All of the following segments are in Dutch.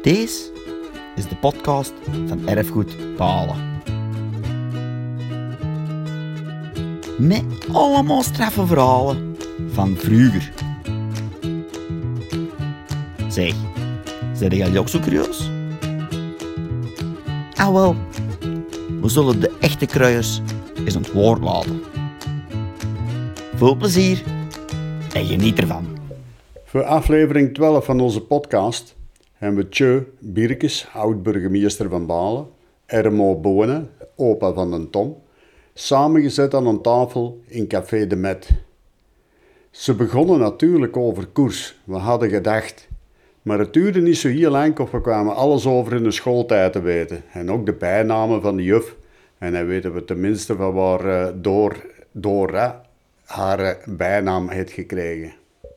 Deze is de podcast van Erfgoed Balen. Met allemaal straffe verhalen van vroeger. Zeg, zijn jullie ook zo curieus? Ah wel, we zullen de echte kruiers eens aan het woord laten. Veel plezier en geniet ervan. Voor aflevering 12 van onze podcast hebben we Tjeu Bierkes, oud-burgemeester van Balen, Ermo Bonen, opa van den Tom, samengezet aan een tafel in Café de Met. Ze begonnen natuurlijk over koers, we hadden gedacht. Maar het duurde niet zo heel lang of we kwamen alles over in de schooltijd te weten. En ook de bijnamen van de juf. En dan weten we tenminste van waar Dora haar bijnaam heeft gekregen.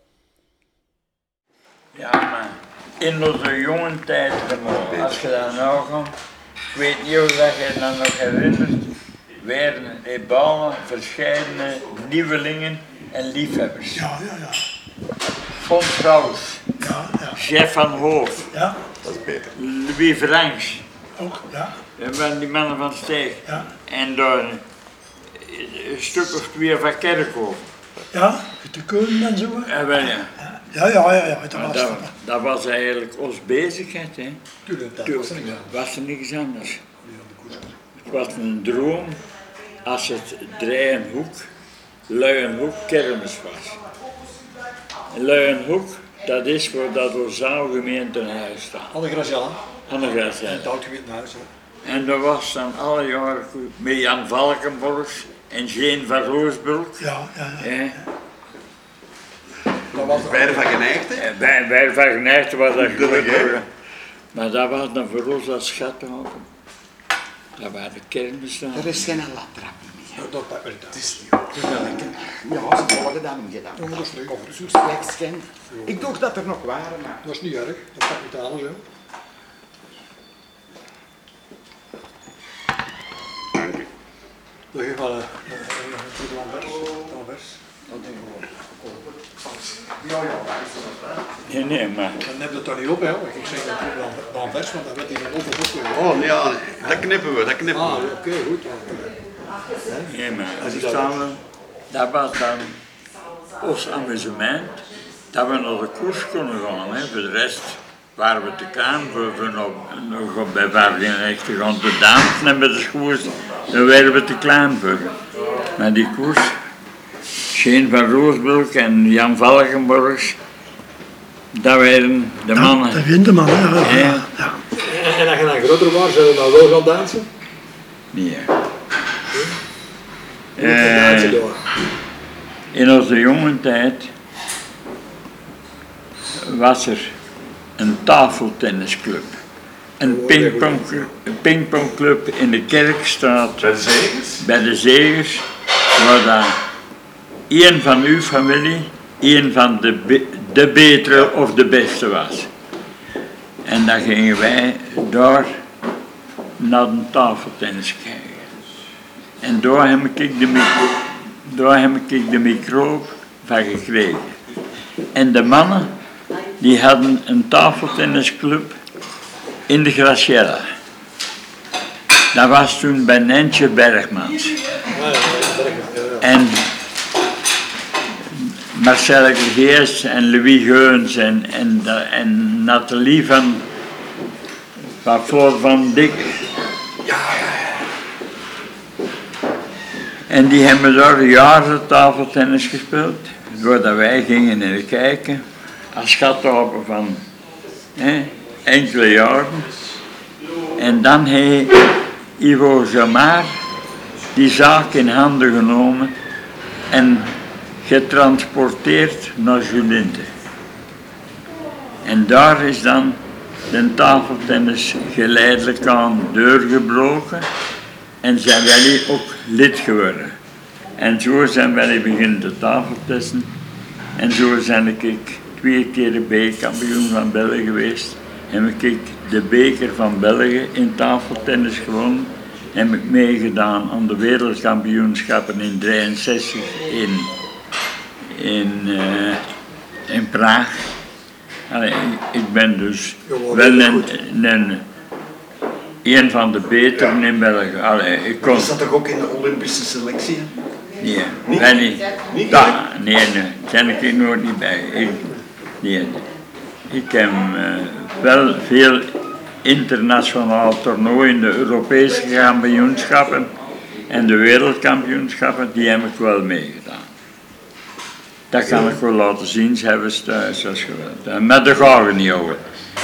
Ja, maar in onze jonge tijd, als je daar nou gaat, ik weet niet of dat je dat nog herinnert, werden in Balen verschillende nieuwelingen en liefhebbers. Ja. Fons Vrouws, Ja. Jeff van Hoof, Ja, Louis Franks, ook, ja. dat waren die mannen van Steeg. Ja. En daar een stuk of twee van Kerkhoven. Ja, te Keulen en zo. En wel, ja. Ja, dat Maar was dat was eigenlijk onze bezigheid, hè. Tuurlijk, dat Toen was er niet aan. was er niks anders. Het was een droom als het Drijenhoek, Luienhoek, kermis was. Luienhoek, dat is waar dat onze zaalgemeente in huis staat. Alle Graziella, Aan de grens. het oud-geweten huis. Hè. En dat was dan alle jaren goed met Jan Valkenborgs en Jane van Roosbulk. Ja. hè. Dat was Beide van geneigd, hè? Bij Van Geneigd was dat gebeurd. hè? Maar dat was dan voor ons als schathaven. Dat waren de kermisdagen. Er is geen landtrap meer. Dat pakt me niet uit. Het is wel lekker. Ja, ze volgen dat omgedaan. Ja, maar dat is leuk. Zo slechts geen. Ik dacht dat er nog waren, maar... Dat is niet erg, dat pakt niet alles, hè. Dank u. Dat geeft wel een goede Lambers. Nee, maar Dan heb je het toch niet op, hè. Want ik zeg dat het Lambers, want dan werd hij een overboek. Oh, ja, dat knippen we, dat knippen Ah, we. oké, goed. nee, maar dat was dan ons amusement, dat we naar de koers konden gaan. Hè. Voor de rest waren we te klein voor nog bij Vargen te gaan te dansen en bij de koers, daar werden we te klein voor. Maar die koers, Jane van Roosbulk en Jan Valkenborgs, dat waren de mannen. Dat wint de man, hè. Ja. En als je dan groter was, zijn we nou wel gaan dansen? Nee. Dansen door. In onze jonge tijd was er een tafeltennisclub, een pingpongclub in de Kerkstraat Bij de zegens? bij de Zegers, waar daar één van uw familie, één van de betere of de beste was. En dan gingen wij daar naar de tafeltennis kijken. En daar heb ik de microbe van gekregen. En de mannen, die hadden een tafeltennisclub in de Graziella. Dat was toen bij Nentje Bergmans. En Marcel Geers en Louis Geuns en Nathalie van Floor van Dik. En die hebben daar jaren tafeltennis gespeeld, doordat wij gingen kijken, als schathaven van enkele jaren. En dan heeft Ivo Jamar die zaak in handen genomen en getransporteerd naar Julinte. En daar is dan de tafeltennis geleidelijk aan doorgebroken en zijn wij ook lid geworden. En zo zijn wij beginnen te tafeltesten en zo ben ik 2 keer de B-kampioen van België geweest. Heb ik de beker van België in tafeltennis gewonnen. Heb ik meegedaan aan de wereldkampioenschappen in 1963 in Praag. Allee, ik ben dus wel een van de beteren in België. Allee, ik kon... Je zat toch ook in de Olympische selectie? Nee, ben niet. Niet? Nee, daar ken ik nooit niet bij. Ik heb wel veel internationaal toernooien, de Europese kampioenschappen en de wereldkampioenschappen, die heb ik wel meegedaan. Dat kan ik wel laten zien, ze hebben ze thuis als je wilt. Maar daar gaan we niet over.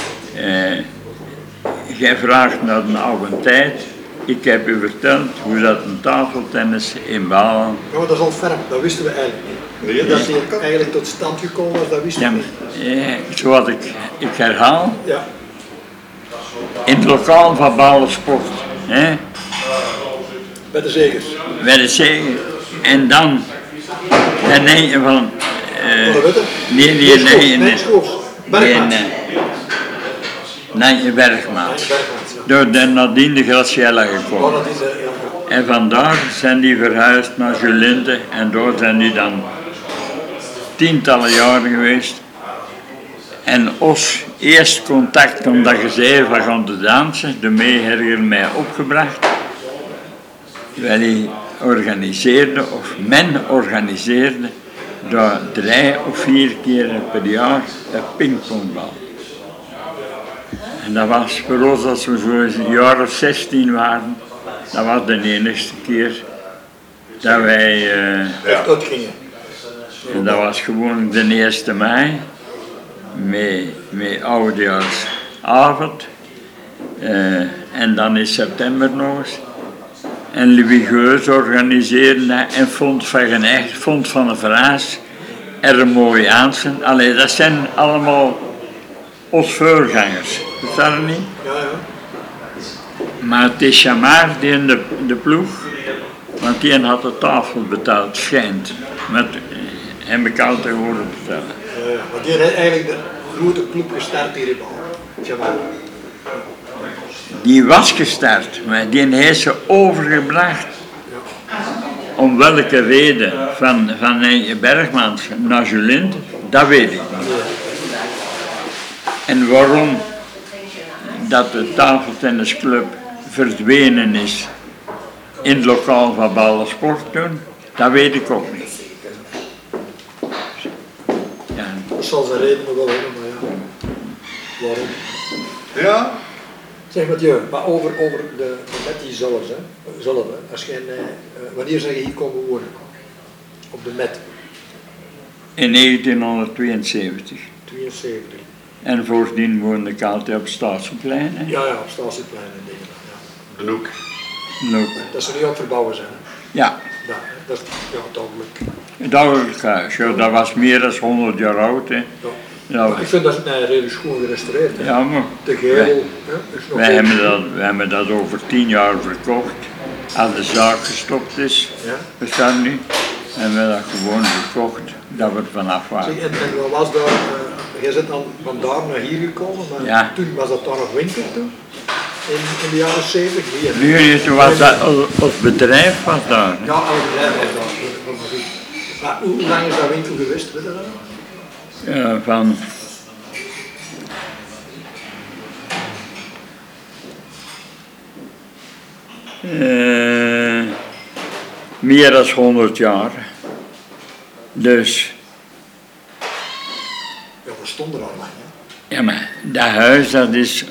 Jij vraagt naar de oude tijd. Ik heb u verteld hoe dat een tafeltennis in Balen... Ja, maar dat is al ferm, dat wisten we eigenlijk niet. Nee, Dat die eigenlijk tot stand gekomen was, dat wisten Ja, we niet. zoals ik herhaal, Ja. in het lokaal van Balensport, Bij de zegers. werd het zeggen. En dan denk je van... Van de Witte? Nee. Schoofs. Bergmaat. Nee, Bergmaat. Door de nadien de Graciella Oh, gekomen. dat is En vandaar zijn die verhuisd naar Julinde en door zijn die dan tientallen jaren geweest. En ons eerst contact omdat je zei van gaan te dansen, de meeherger mij opgebracht. Wij organiseerden, of men organiseerde, daar 3 of 4 keer per jaar een pingpongbal. En dat was voor ons, als we zo'n jaar of 16 waren, dat was de enigste keer dat wij... echt uitgingen. En dat was gewoon de 1e mei, met oudejaarsavond. En dan in september nog eens. En Louis Geus organiseerde dat en Fond van de Vraas, Ermooi Aansen. Allee, dat zijn allemaal ons voorgangers, is dat niet? Ja, ja. Maar het is Chamar die in de ploeg, want die had de tafel betaald, schijnt. Met hem bekend te horen vertellen. Ja, want die heeft eigenlijk de grote club gestart hier in Balen. Jammer. Die was gestart, maar die heeft ze overgebracht. Om welke reden van Eentje Bergmans naar Julinde, dat weet ik niet. En waarom dat de tafeltennisclub verdwenen is in het lokaal van Balensport toen, dat weet ik ook niet. Ja. Dat zal zijn redenen wel hebben, maar ja. Waarom? Ja? Zeg Mathieu, maar over de met die zelf, als jij, wanneer zijn je hier komen wonen? Op de Met? In 1972. 72. En voordien woonde ik altijd op Statieplein. Hè. Ja, op Statieplein en dingen. Ja. De hoek. Loop. Dat ze nu aan het verbouwen zijn. Hè? Ja, Ja, dat is duidelijk. het ouderlijk huis, ja, dat was meer dan 100 jaar oud. Hè. Ja. Ja, Maar ik vind dat redelijk schoon gerestaureerd. Hè? ja, maar De geel, hè, is nog wij goed. hebben dat over 10 jaar verkocht. Als de zaak gestopt is, Ja. bestaat nu, hebben we dat gewoon verkocht, dat we er vanaf waren. Zeg, en wat was daar, jij bent dan van daar naar hier gekomen, maar Ja. toen was dat daar nog winkel toen? In de jaren 70? Hier. Nu, toen was dat, ons bedrijf was daar. Hè. Ja, alle bedrijven was daar. Maar hoe lang is dat winkel geweest, weet je dat? Van meer dan 100 jaar. Dus, Ja, we stonden er al lang. Hè? ja maar dat huis dat is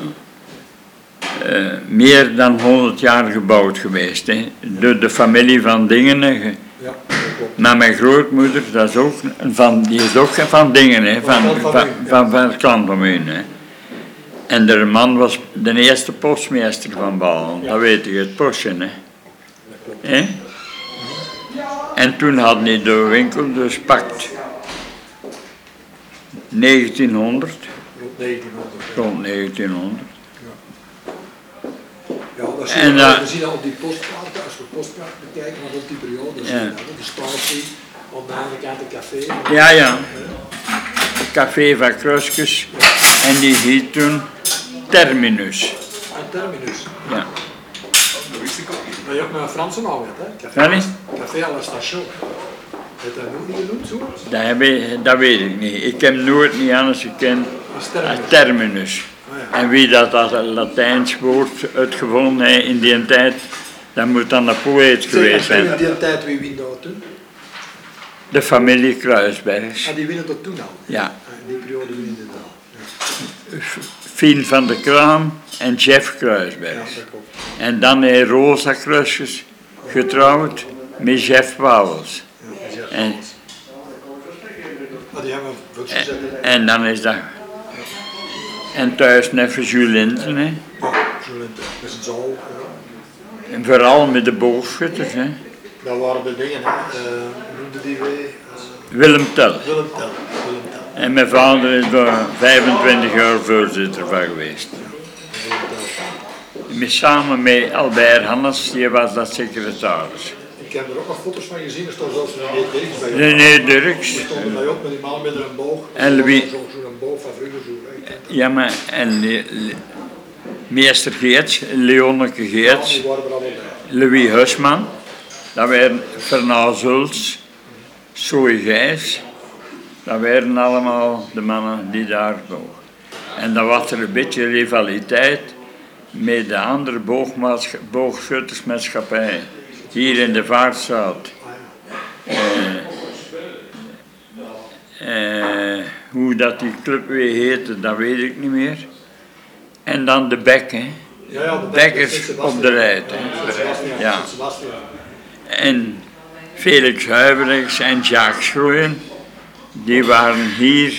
meer dan 100 jaar gebouwd geweest. Hè. De familie van Dingen. Ja, dat klopt. Maar mijn grootmoeder, dat is ook die is ook van Dingen, hè, van het kant van hun. Hè. En de man was de eerste postmeester van Balen, dat weet ik, het postje. Hè. En toen had hij de winkel dus pakt 1900, Rond 1900. rond 1900. Ja, dat En, zie je, we zien dat op die postkaarten, als we postkaarten bekijken, maar op die periode, zie je Ja. dat, de Spatie, aan de andere kant een café. Ja, het café van Kruskes en die heet toen Terminus. Een terminus. Ja. Dat wist ik ook niet. Dat je ook met een Franse naam hebt, hè? Café, Ja, niet? Café à la Station. Heeft dat nog niet genoemd zo? Dat weet ik niet. Ik heb nooit niet anders gekend terminus. En wie dat Latijns woord uitgevonden heeft in die tijd, dat moet dan een poëet geweest zijn. In die tijd, wie wint dat toen? De familie Kruisbergs. Die winnen dat toen al? Ja. In die periode winnen dit al. Fien van der Kraam en Jeff Kruisbergs. Ja, dat klopt. En dan heeft Rosa Kruisjes getrouwd met Jeff Pauwels. En, Die hebben we gezet. en dan is dat... En thuis net voor Jules Linten, hè. Met zijn zaal. En vooral met de boogschutters, hè. Dat waren de dingen, hoe noemde die wij? Willem Tell. Willem Tell. En mijn vader is daar 25 jaar voorzitter van geweest. Samen met Albert Hannes, die was dat secretaris. Ik heb er ook nog foto's van gezien, er stond zelfs een Dirks bij. Nee, Dirks. Er stond bij ook met die man met een boog. En Louis. Zo'n boog van vroeger zo. Ja, maar en meester Geerts, Leonneke Geerts, Die waren er allemaal bij. Louis Huisman, dat waren Fernand Zults, Zoe Gijs, dat waren allemaal de mannen die daar bogen. En dan was er een beetje rivaliteit met de andere boogschuttersmaatschappij, hier in de Vaartstraat. Hoe dat die club weer heette, dat weet ik niet meer. En dan de Bek, hè. Ja, de Bekkers op de Rijt. Ja. En Felix Huibrechts en Jacques Schroeien, die waren hier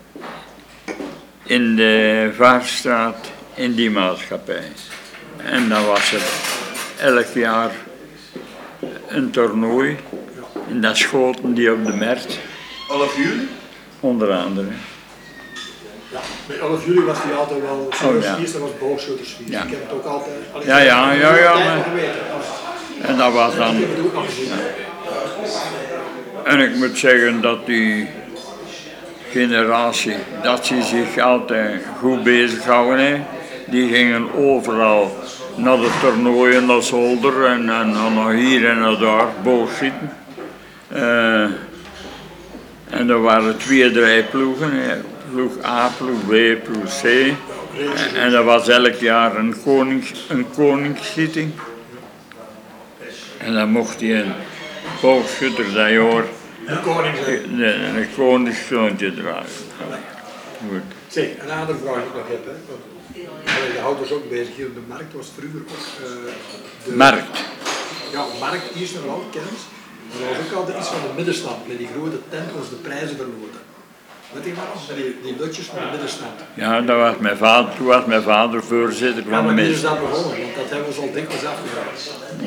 in de Vaartstraat in die maatschappij. En dan was er elk jaar een toernooi. En dat schoten die op de Mert. 11 juli? Onder andere. Ja, bij 11 juli was die altijd wel ja. dat was boogschuttersvies. Ja. Ik heb het ook altijd... Ja, maar- geweten. En dat was dan... Ik heb het ook nog gezien. En ik moet zeggen dat die generatie, dat ze zich altijd goed bezighouden heeft. Die gingen overal naar de toernooien, naar Zolder en naar hier en naar daar, boogschieten. En er waren 2-3 ploegen, hè. Ploeg A, ploeg B, ploeg C. En er was elk jaar een koningsschieting. En dan mocht hij een boogschutter dat jaar De koning zei. een koningskroontje dragen. Goed. Zeg, een andere vraag die ik nog heb. Hè. Want, je houdt ons ook bezig. Hier op de markt was vroeger ook... de Markt. Ja, markt, eerst en vooral, kennis. Maar er was ook altijd iets van de middenstand. Met die grote tent was de prijzen verloten. Weet je nog? Met die lutjes van de middenstand. Ja, dat was mijn vader, toen was mijn vader voorzitter Ja, van de maar die is mensen. dat begonnen, want dat hebben we zo dikwijls afgevraagd.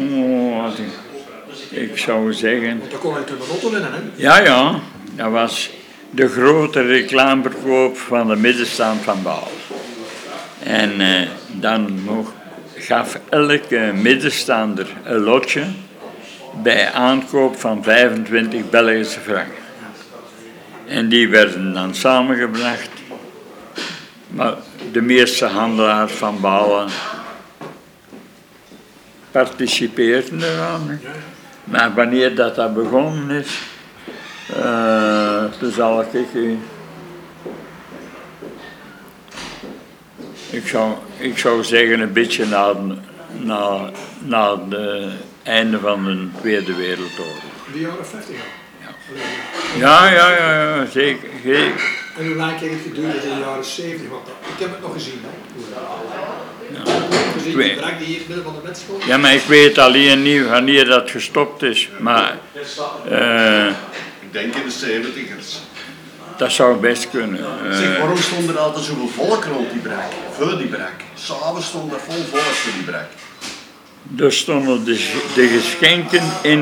Ik zou zeggen... Want dan kon je toen een auto winnen, hè? Ja, dat was de grote reclameverkoop van de middenstand van Baal. En dan gaf elke middenstander een lotje bij aankoop van 25 Belgische frank. En die werden dan samengebracht. Maar de meeste handelaars van Balen participeerden eraan. Hè. Maar wanneer dat begonnen is, toen zal ik zou zeggen een beetje na het einde van de Tweede Wereldoorlog. De jaren 50 al. Ja, zeker. En hoe lang heeft het geduurd in de jaren 70? Want ik heb het nog gezien, hè? Gezien die brak die hier midden van de met stond. Ja, maar ik weet alleen niet wanneer dat gestopt is. Maar Ik denk in de 70ers. dat zou best kunnen. Zeg, waarom stond er altijd zoveel volk rond die brak? Voor die brak. S'avonds stond er vol volk voor die brak. Er stonden de geschenken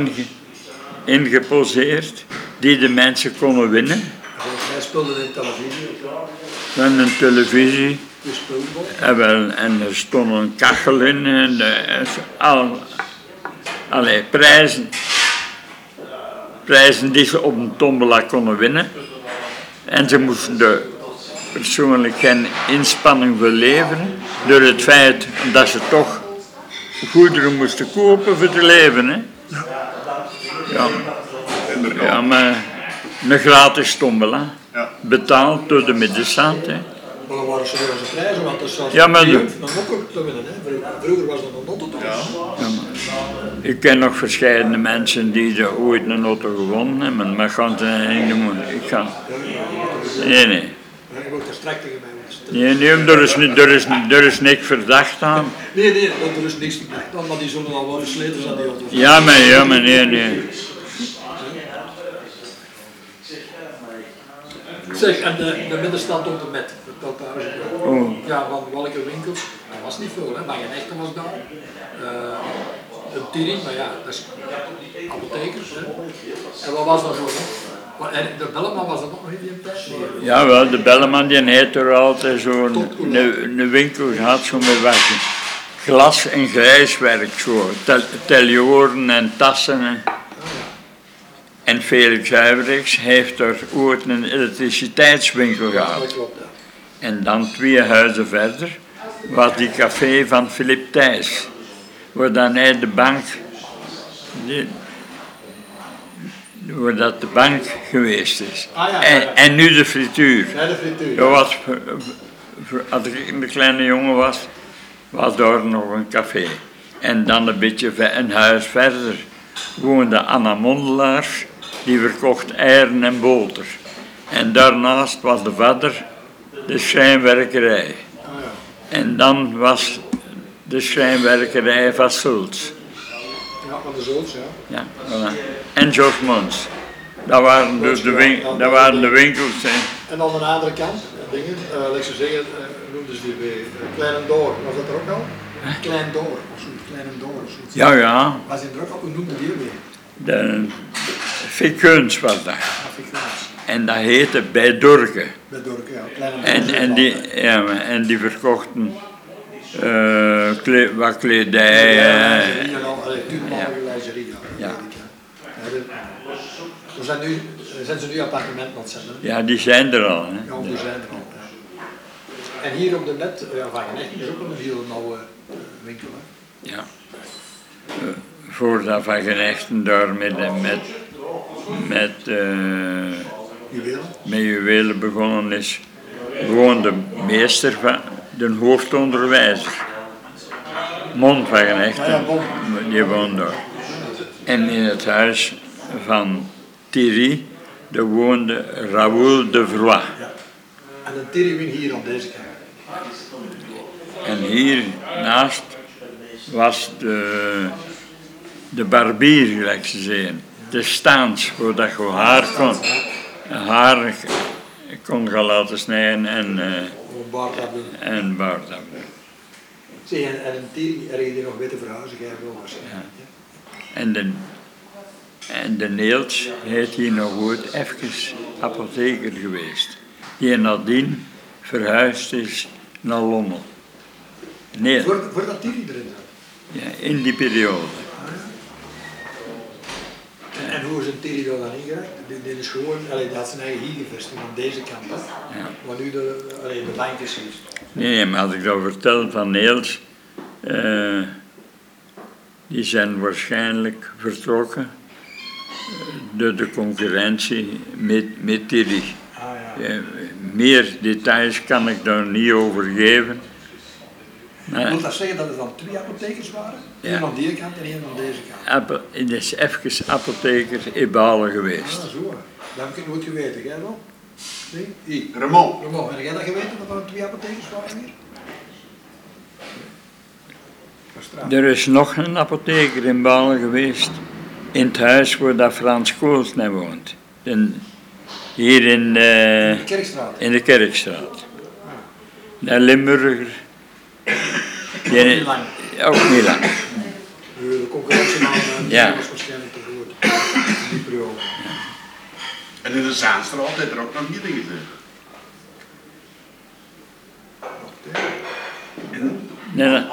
ingeposeerd die de mensen konden winnen. Volgens mij speelden in televisie. En een televisie. De speelbal. En er stond een kachel in. En allerlei prijzen. Prijzen die ze op een tombola konden winnen. En ze moesten er persoonlijk geen inspanning voor leveren. Door het feit dat ze toch goederen moesten kopen voor te leven. Hè. Ja, maar een gratis tombola. Ja. Betaald door de middenstand. Hè. Maar dan waren serieuze prijzen, want dat is zelfs Ja, maar een nokker te winnen. Hè. Vroeger was dat een notte toch? Ja. Ik ken nog verschillende mensen die er ooit een auto gewonnen hebben, maar ik ga het niet doen. Ik ga... Nee. Ja, ik word er strak tegen mij. Nee, er is niks verdacht aan. Nee, er is niks verdacht aan, maar die zullen al wel versleten zijn die auto's. Ja, maar nee. Zeg, en de middenstand op de met, vertelt daar eens. Oh. Ja, van welke winkels? Dat was niet veel, hè. Magenechten was daar. Een Tiri, maar ja, dat is apothekers. Hè. En wat was dat voor? En de Belleman was dat nog in die tijd? Nee. Jawel, de Belleman die heeft er altijd zo'n een winkel gehad, zo met wat glas- en grijswerk, zo. Telioren en tassen. En Felix Huybrechts heeft er ooit een elektriciteitswinkel gehad. Dat klopt, ja. En dan 2 huizen verder was die café van Philip Thijs, waar dan hij de bank, waar dat de bank geweest is. Ah, ja. En nu de frituur. Ja, de frituur. Dat was, als ik een kleine jongen was daar nog een café. En dan een beetje een huis verder woonde Anna Mondelaars, die verkocht eieren en boter. En daarnaast was de vader de schrijnwerkerij. En dan was de schrijnwerkerij van Sults. Ja, van de Zults, ja. Ja, voilà. En George Mons. Dat waren dus de winkels. En aan de andere kant, dingen, laat ik zo zeggen, noemden ze die weer Kleinendoor, was dat er ook al? Kleindoor, of zoiets, Kleinendoor of zoiets. Ja. Was die er ook al, hoe noemde die weer? De Fikeuns was dat. Afrikaans. En dat heette Bij Dorke. Bij Dorke, ja. En die verkochten wat kledij. Ja. Zijn ze nu appartementen aan het zetten? Ja, die zijn er al. Hè. Ja, die zijn er al. Ja. En hier op de net, van Genechten is ook een heel nauwe winkel. Hè? Ja. Voordat Van Genechten daar met juwelen begonnen is, gewoon de meester van de hoofdonderwijzer. Mon van Genechten, die woonde daar. En in het huis van Thierry, daar woonde Raoul de Vroy. Ja. En de Thierry wing hier aan deze kant. En hiernaast was de barbier, gelijk ze zeggen. De staans, waar dat je haar kon gaan laten snijden en baard hebben. Zeg, en een Thierry, er je nog beter verhuizen, jij wel waarschijnlijk. Ja. En de Neels heeft hier nog ooit even apotheker geweest. Die nadien verhuisd is naar Lommel. Nee. Voordat Thierry erin zat? Ja, in die periode. En hoe is een Thierry daar dan ingeraakt? Die is gewoon, die had zijn eigen hier gevestigd aan deze kant. Hè? Ja. Waar nu de bank is geweest. Nee, maar als ik dat vertel van Neels, die zijn waarschijnlijk vertrokken door de concurrentie met Thierry. Meer details kan ik daar niet over geven. Maar, wil dat zeggen dat er dan 2 apothekers waren? Ja. Eén aan die kant en één aan deze kant? Het is even apotheker in Balen geweest. Ah, zo. Dat heb ik nooit geweten, jij wel? Nee? Ramon. Heb jij dat geweten dat er 2 apothekers waren hier? Er is nog een apotheker in Balen geweest, in het huis waar dat Frans Koolsnij woont. Hier in de Kerkstraat. In de Kerkstraat. Een Limburger. Niet lang. Ook niet lang. De concurrentie was waarschijnlijk te groot. In die periode. En in de Zaanstraat heeft er ook nog niet in gezeten. Nee. Aan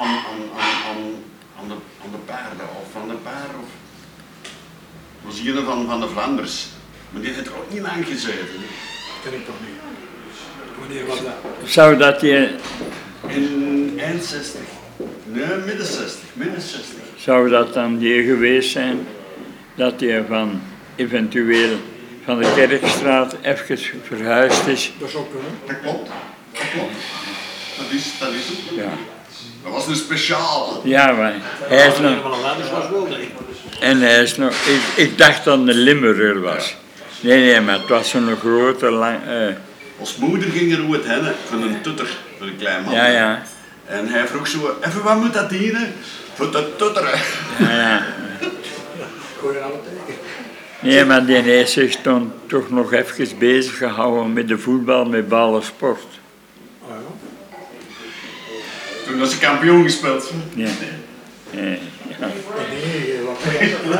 de paarden of van de paar of... Was hier van de Vlaanders. Maar die heeft er ook niet lang gezeten. Dat ken ik toch niet. Wanneer was dat? Zou dat je... In eind 60. Nee, midden 60. Zou dat dan die geweest zijn dat je eventueel van de Kerkstraat even verhuisd is? Dat zou kunnen. Dat klopt. Ja. Dat was een speciale. Ja, maar hij is nog... Van een Lemmers was wel, denk ik. En hij is nog... Ik dacht dat het een Limburger was. Nee, maar het was zo'n grote, lang... Ons moeder ging er hoe het hennen, van een tutter, voor een klein man. ja. En hij vroeg zo, even wat moet dat dienen? Voor te tutteren. Ja. Gooi je aan het teken. Nee, maar die heeft zich dan toch nog even bezig gehouden met de voetbal, met ballensport. Oh, ja. Toen was ze kampioen gespeeld. Ja. Ja. Nee, wat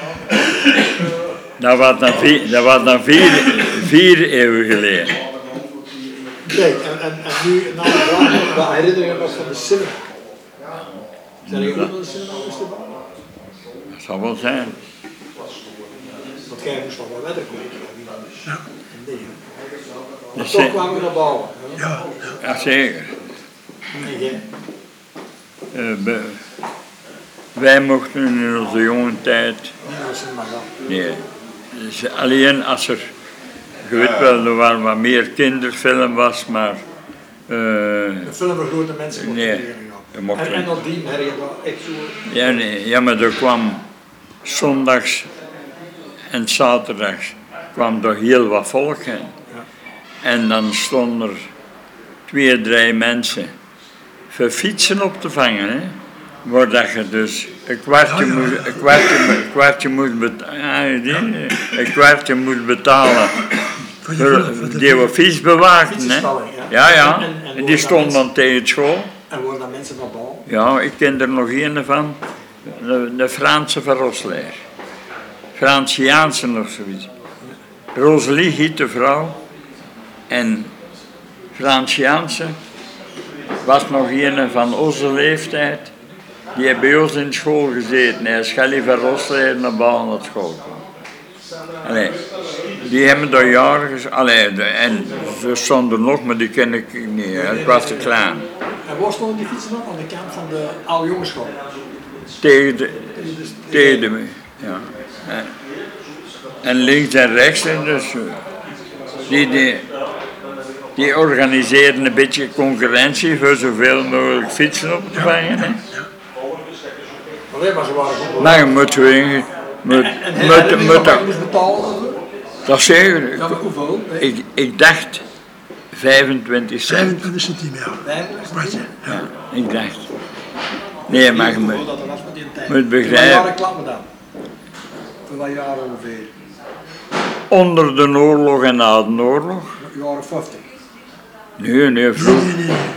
Dat was dan vier eeuwen geleden. Kijk, en nu, nou, wat herinneringen was van de cinema. Zijn jullie ook naar de cinema geweest? Dat zal wel zijn. Want jij moest nog wel wetten kopen. Ja. Nee. Maar Dus, toch kwamen we naar bouwen. ja, zeker. En jij? Wij mochten in onze jonge tijd... Nee, naar de cinema gaan. Nee. Dus alleen als er... Je weet wel, er waren wat meer kinderfilm was, maar... De film voor grote mensen mocht Nee, er niet je mocht gaan. En niet. nadien heb je dat echt zo... Ja, nee, ja, maar er kwam zondags en zaterdags kwam er heel wat volk in. En dan stonden er 2, 3 mensen voor fietsen op te vangen. Hè? Waar dat je dus een kwartje moest betalen voor die we fiets bewaakten. Hè? Ja. En die stonden dan tegen school. En worden dan mensen van bouwen? Ja, ik ken er nog een van. De Franse van Rosleer. Frans Jaansen of zoiets. Rosalie hiet de vrouw. En Frans Jaansen was nog een van onze leeftijd. Die heeft bij ons in school gezeten. Hij is Schelly van Rosleer naar bouwen naar school kwam. Allee, die hebben daar jaren en ze stonden nog, maar die ken ik niet. Het was te klein. En waar stonden die fietsen dan? Aan de kant van de oude jongensschool? Tegen de ja. En links en rechts, en dus die organiseerden een beetje concurrentie voor zoveel mogelijk fietsen op te vangen. Hè. Alleen maar ze waren goed. Maar je moet weer, moest betalen? dat zeker. Ja, maar hoeveel? Ik dacht 25 cent. 25 centimeter. Ja, ik dacht. Nee, maar je moet, Dat was met die tijd. moet Voor wat begrijpen. jaren klappen dan? Voor wat jaren ongeveer? Onder de oorlog en na de oorlog. Jaren 50. Nee, vroeger.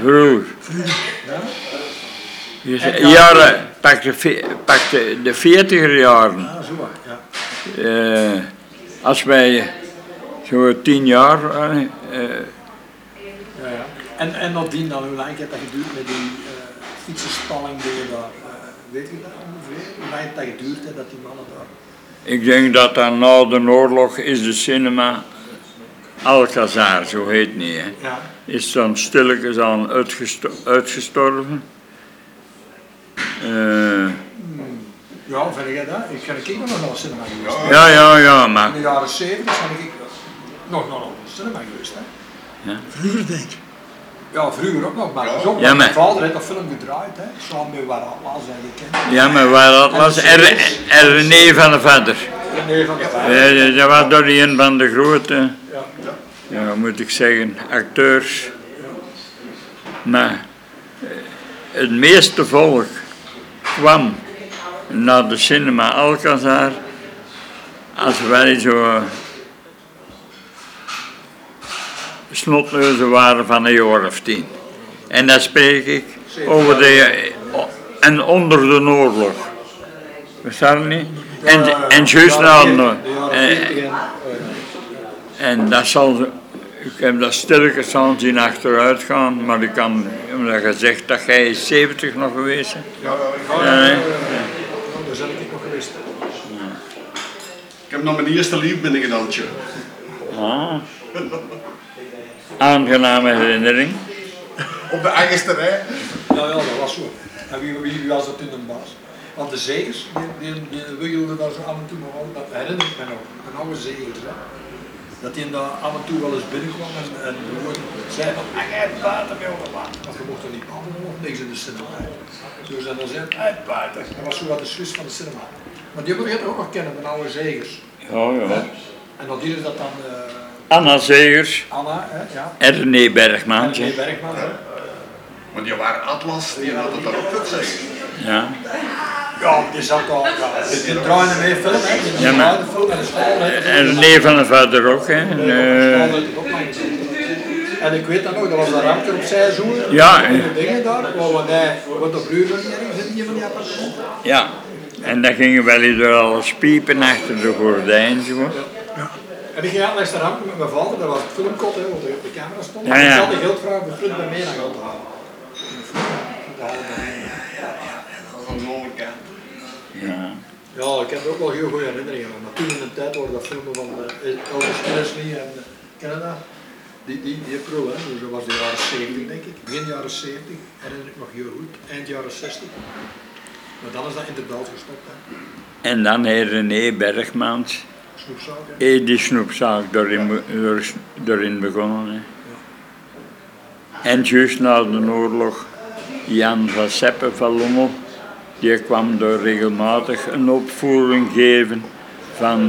Ja? Jaren, pak de 40er jaren. Ah, zo ja. Als wij zo 10 jaar waren. Ja. En nadien dan, hoe lang heeft dat geduurd met die fietsenstalling die je daar, weet je dat ongeveer? Hoe lang heeft dat geduurd hè, dat die mannen daar... Ik denk dat dan na de oorlog is de cinema Alcazar, zo heet het niet, hè. Ja. Is dan stilletjes aan uitgestorven. Ja, vind jij dat? Ik ga nog naar de cinema geweest. Ja, maar In de jaren 70 ben ik nog naar de cinema geweest. Hè. Vroeger denk ik. Ja, vroeger ook nog, maar Ja. zo, Ja, maar- mijn vader heeft dat film gedraaid, hè, samen met Waar Atlas en gekend. ja, maar waar dat was, en René van de Vader. Nee, van de vader. Dat was door een van de grote, Ja. ja, moet ik zeggen, acteurs. Maar het meeste volk kwam naar de cinema Alcazar als wij zo snotneuzen waren van een jaar of 10. En dan spreek ik over en onder de oorlog. Verstaan je niet? En juist na de en dat zal, ik heb dat stilletjes aan zien achteruit gaan, maar ik kan, omdat je zegt dat jij 70 nog geweest bent. Daar ben ik nog geweest. Ik heb nog mijn eerste lief binnengedaan, tje. Ah. Aangename herinnering. Op de eigenste rij. Ja, dat was zo. En wie was dat in de baas? Want de zegers, die wiggelden daar zo af en toe nog wel, dat herinner ik me nog. De oude zegers, hè. dat hij daar af en toe wel eens binnenkwam en gewoon zei van, hij buiten bij ons water. Want je mocht er niet babbelen of niks in de cinema. Dus dan zei hij buiten. Dat was zo wat de zus van de cinema. Maar die moet je ook nog kennen, de oude Zegers. Ja. En dat is dat dan... Anna Zegers. Anna, ja. En René Bergman. René Bergman, hè. Maar die waren Atlas, die had het daarop gezegd. Ja. Ja, die zat al, die draaide mee film, hè. Ja, maar- Film en de school, hè. En René van der Vader ook, hè. En ik weet dat nog, dat was een rampje opzij zo. Ja, De dingen daar, want hij wordt op Ruur nog niet ergens in die van die appartementen. Ja. En dan gingen wel eens door alles piepen achter de gordijn, zo. Ja. En ik ging aan langs de ramp met mijn vader, dat was het filmkot, hè, wat er op de camera stond. Ja, En ik ja. had de geldvraag bevriend bij mij naar geld te halen. Ja. Ja, ik heb er ook wel heel goede herinneringen aan. Maar toen in de tijd waren dat filmen van Elvis Presley en Canada. Die pro, hè. Dus dat was de jaren 70 denk ik. Begin jaren 70, herinner ik nog heel goed. Eind jaren 60. Maar dan is dat inderdaad gestopt. Hè. En dan heeft René Bergmans Snoepzaak, hè. die snoepzaak erin begonnen. Hè. En juist na de oorlog, Jan van Seppen van Lommel, die kwam er regelmatig een opvoering geven van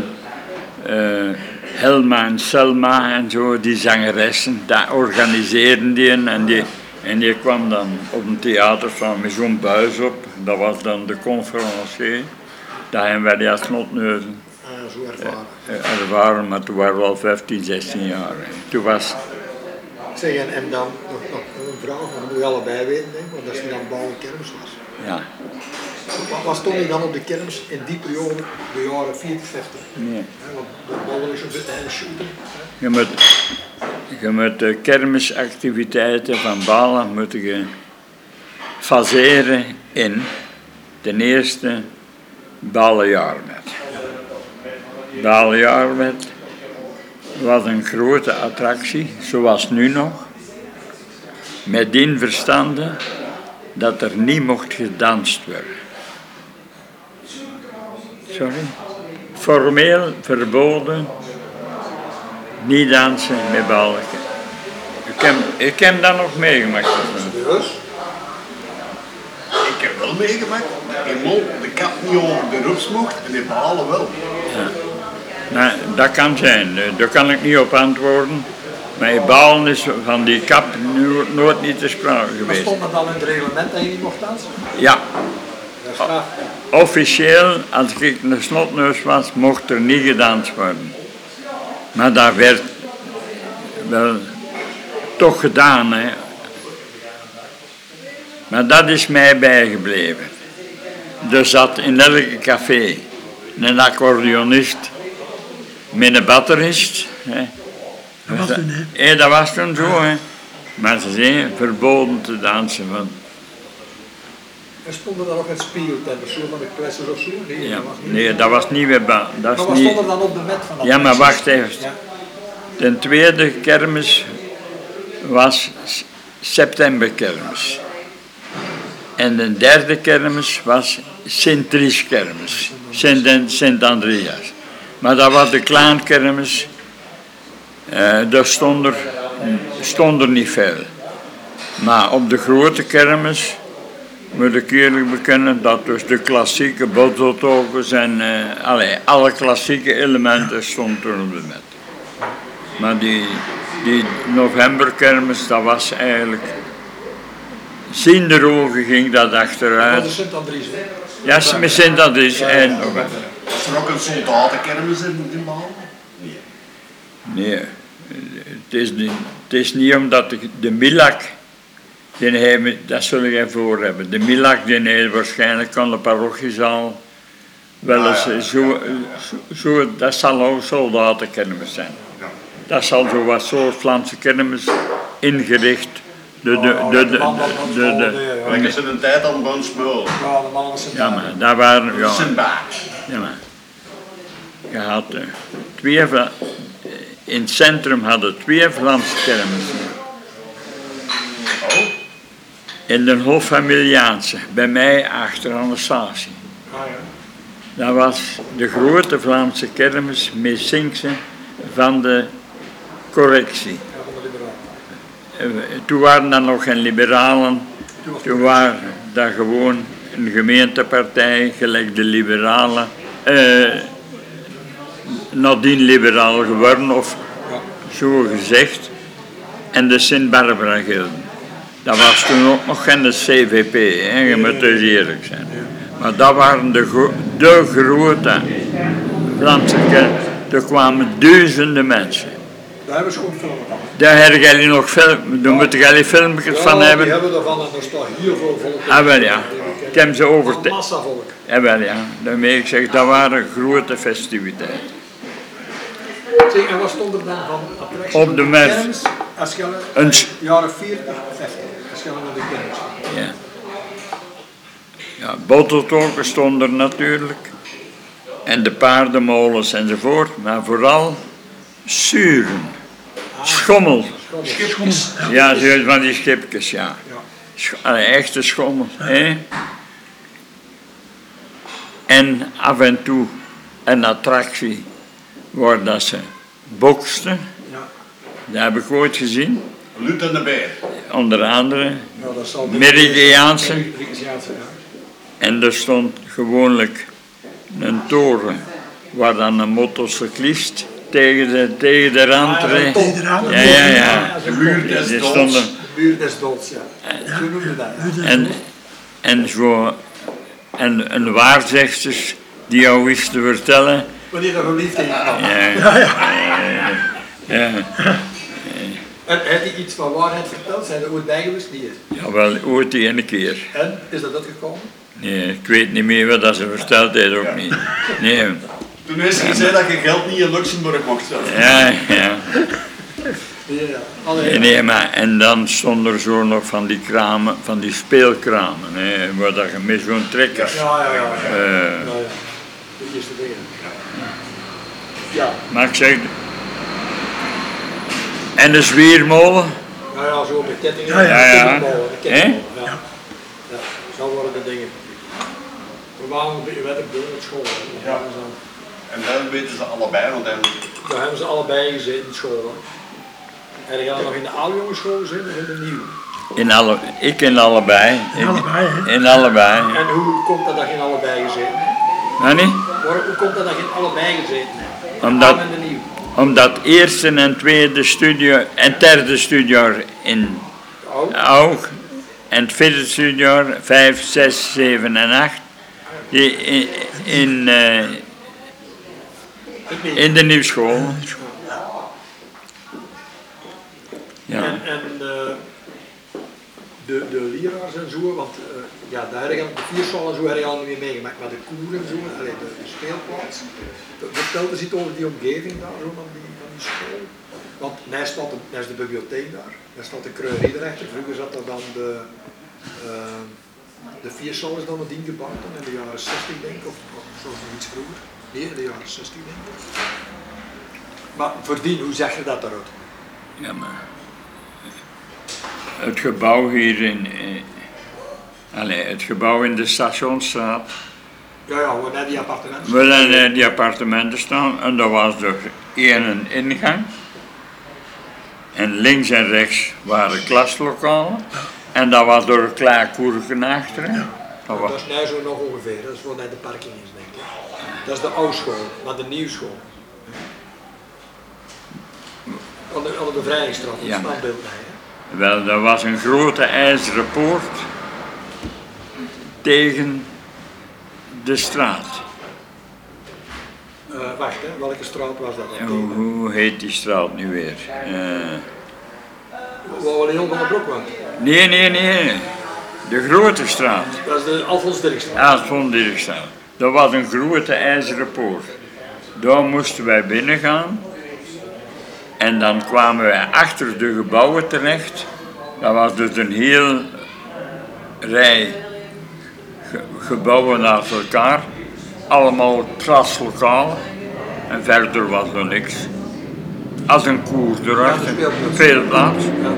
Helma en Selma en zo, die zangeressen, dat organiseerden die en die kwam dan op een theater van met zo'n buis op, dat was dan de conferencier, dat hebben wij die als snotneuzen Zo ervaren. ervaren, maar toen waren we al 15, 16 jaar. Hè. Toen was, Zeg, en dan nog een vraag, maar dat moet je allebei weten, denk ik, want dat is niet aan bouwen kermis was. ja, Wat stond je dan op de kermis in die periode, de jaren 40, 50? nee. Hè, want de ballen is een beetje een shooter. Hè. Je moet de kermisactiviteiten van Balen moeten je faseren in ten eerste Balenjaarwet. Balenjaarwet was een grote attractie, zoals nu nog, met dien verstande dat er niet mocht gedanst worden. Sorry? Formeel verboden, niet dansen met balken. Ik heb dat nog meegemaakt. Dus, Ik heb wel meegemaakt dat eenmaal de kat niet over de rots mocht en die balen wel. Nou, dat kan zijn, daar kan ik niet op antwoorden. Maar in Balen is van die kap nooit niet te sprake wat geweest. stond er dan in het reglement dat je niet mocht dansen? Ja, Dat is straf. officieel, als ik een snotneus was, mocht er niet gedanst worden. Maar dat werd wel toch gedaan, hè. Maar dat is mij bijgebleven. Er zat in elke café een accordeonist met een batterist. Hè. Dat was toen, hè? Dat was toen zo, hè. Maar ze zijn verboden te dansen. Want, Er stonden dan nog het speeltenten, zo van de kwessers of zo? Nee, ja, dat was niet. nee, dat was niet weer dat Maar is wat niet. stond er dan op de met van dat Ja, maar meisje? wacht even. Ja. De tweede kermis was septemberkermis. En de derde kermis was Sint-Dries-kermis, Sint-Andreas. Maar dat was de klaankermis, daar stond er niet veel. Maar op de grote kermis moet ik eerlijk bekennen dat dus de klassieke botseltokens en alle klassieke elementen stonden toen op de met. Maar die novemberkermis, dat was eigenlijk, zienderogen ging dat Dat achteruit. was de Sint-Andries, hè? Ja, met Sint-Andries en november. Is er ook een soldatenkermis in Balen? Nee, het is niet omdat de Milak, dat zul ik voor hebben. De Milak die heeft waarschijnlijk aan de parochiezaal wel eens zo, dat zal ook soldatenkermis zijn. Dat zal zo wat soort Vlaamse kermis ingericht. Ik is in een tijd aan gewoon smul. Ja, de mannen van Ja, maar daar waren, ja. Sint-Baars. Ja, maar je had in het centrum hadden twee Vlaamse kermissen. Oh, In de Hofamiliaanse, bij mij achter aan de statie. Ah, ja. Dat was de grote Vlaamse kermis met Sinkse van de correctie. Ja, van de liberalen. Toen waren er nog geen liberalen, toen waren dat gewoon een gemeentepartij, gelijk de liberalen, nadien liberaal geworden, of zo gezegd, en de Sint-Barbara-gilden. Dat was toen ook nog geen CVP, hè, je moet dus eerlijk zijn. Maar dat waren de grote Vlaamse kerken. Er kwamen duizenden mensen. Daar hebben ze gewoon filmen van. Daar hebben jullie nog daar moeten jullie filmpjes van hebben. Die hebben ervan en er staat hier veel volk. Ah wel ja, ik heb ze over. Massa volk. Ja wel ja, daarmee ik zeg, dat waren grote festiviteiten. Zeg, en wat stond er dan van attractie? Op de mes. Kermis, als je Een jaren 40, 50, als je naar de kermis gaat. Ja. Ja, botteltoken stonden er natuurlijk. En de paardenmolens enzovoort. Maar vooral zuren. Schommel. Schipjes. Ja, zo van die schipjes, ja. Echte schommel. Hè? En af en toe een attractie waar dat ze boksten. Ja. Dat heb ik ooit gezien. Lut en de Beer. Onder andere Ja, dat zal de Meridiaanse. Meridiaanse, ja. En er stond gewoonlijk een toren waar dan een motorcyclist tegen de rand reed. Ja. De muur des Die doods. stonden, De buur des doods, ja. Zo noemde dat. Ja. en een waarzegster die jou wist te vertellen. Wanneer dat verliefd tegen kwam. Ja. En heeft hij iets van waarheid verteld? Zijn er ooit bij geweest? Niet. Jawel, ooit die ene keer. En, is dat gekomen? Nee, ik weet niet meer wat dat ze verteld heeft, ook niet. Nee. Toen heeft ze gezegd dat je geld niet in Luxemburg mocht zetten. Ja. Ja. Allee, Nee, maar en dan stonden er zo nog van die kramen, van die speelkramen, hè, waar dat je met zo'n trekker. Ja. eh, De eerste dingen. Ja. Maar ik zeg. En de zwiermolen. Ja, zo met kettingen. Ja. Kettingballen. Ja. Zo worden de dingen. We waren een beetje wet op de school. Hè. Ja. En dat weten ze allebei, want dan... Daar hebben ze allebei gezeten in school. Hè. En die gaan nog in de oude jongensschool zitten of in de nieuwe? Ik in allebei. In allebei. En hoe komt dat je in allebei gezeten hebt? Maar niet? Hoe komt dat je in allebei gezeten hebt? Omdat- Oude en de nieuwe. Omdat eerste en tweede studiejaar en derde studiejaar in Aug en het vierde studiejaar 5, 6, 7 en 8 in de nieuwschool. Ja. En de leraars en zo, want daar heb je de vierstal en zo heb je al niet meer meegemaakt, maar de koer en zo, de speelplaats. Vertel eens iets over die omgeving daar zo van die school. Want daar is de bibliotheek daar staat de kreurie erachter. Vroeger zat er dan de vierstal is dan nadien gebouwd, in de jaren 60 denk ik, of zoals iets vroeger. Nee, in de jaren 60 denk ik. Maar voordien, hoe zeg je dat daaruit? Ja, maar het gebouw hier het gebouw in de Stationsstraat, Ja, waar net die appartementen. waar die appartementen staan, en daar was er één ingang. En links en rechts waren klaslokalen. En dat was door een klein koerken achteren. Dat is nu zo nog ongeveer, dat is waar net de parking is denk ik. Dat is de oude school, maar de nieuwe school. Aan de bevrijdingsstraat, dat Ja. standbeeld bij. Hè? Wel, dat was een grote ijzeren poort tegen de straat. Wacht, hè, welke straat was dat dan? Hoe heet die straat nu weer? Waar we heel van de Brok woont. Nee. De grote straat. Dat is de Alfons Dirkstraat. Alfons Dirkstraat. Dat was een grote ijzeren poort. Daar moesten wij binnen gaan. En dan kwamen wij achter de gebouwen terecht. Dat was dus een heel rij gebouwen naast elkaar. Allemaal klaslokalen. En verder was er niks. Als een koer erachter. Veel plaats. Ja.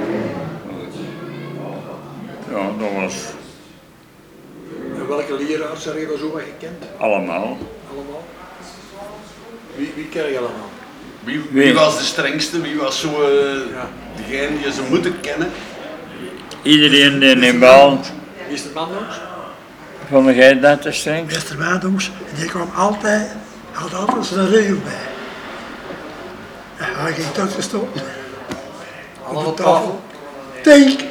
Ja, dat was En welke leraars heb je zo wat gekend? allemaal. Allemaal? Wie ken je allemaal? Wie was de strengste? Wie was zo degene die ze moeten kennen? Iedereen die in bal, Wie is de man nog? vond jij dat de strengste? Mr. Wadongs, die kwam altijd, had altijd zijn regel bij. Ja, hij ging uitgestoken. Allemaal op tafel. Denk!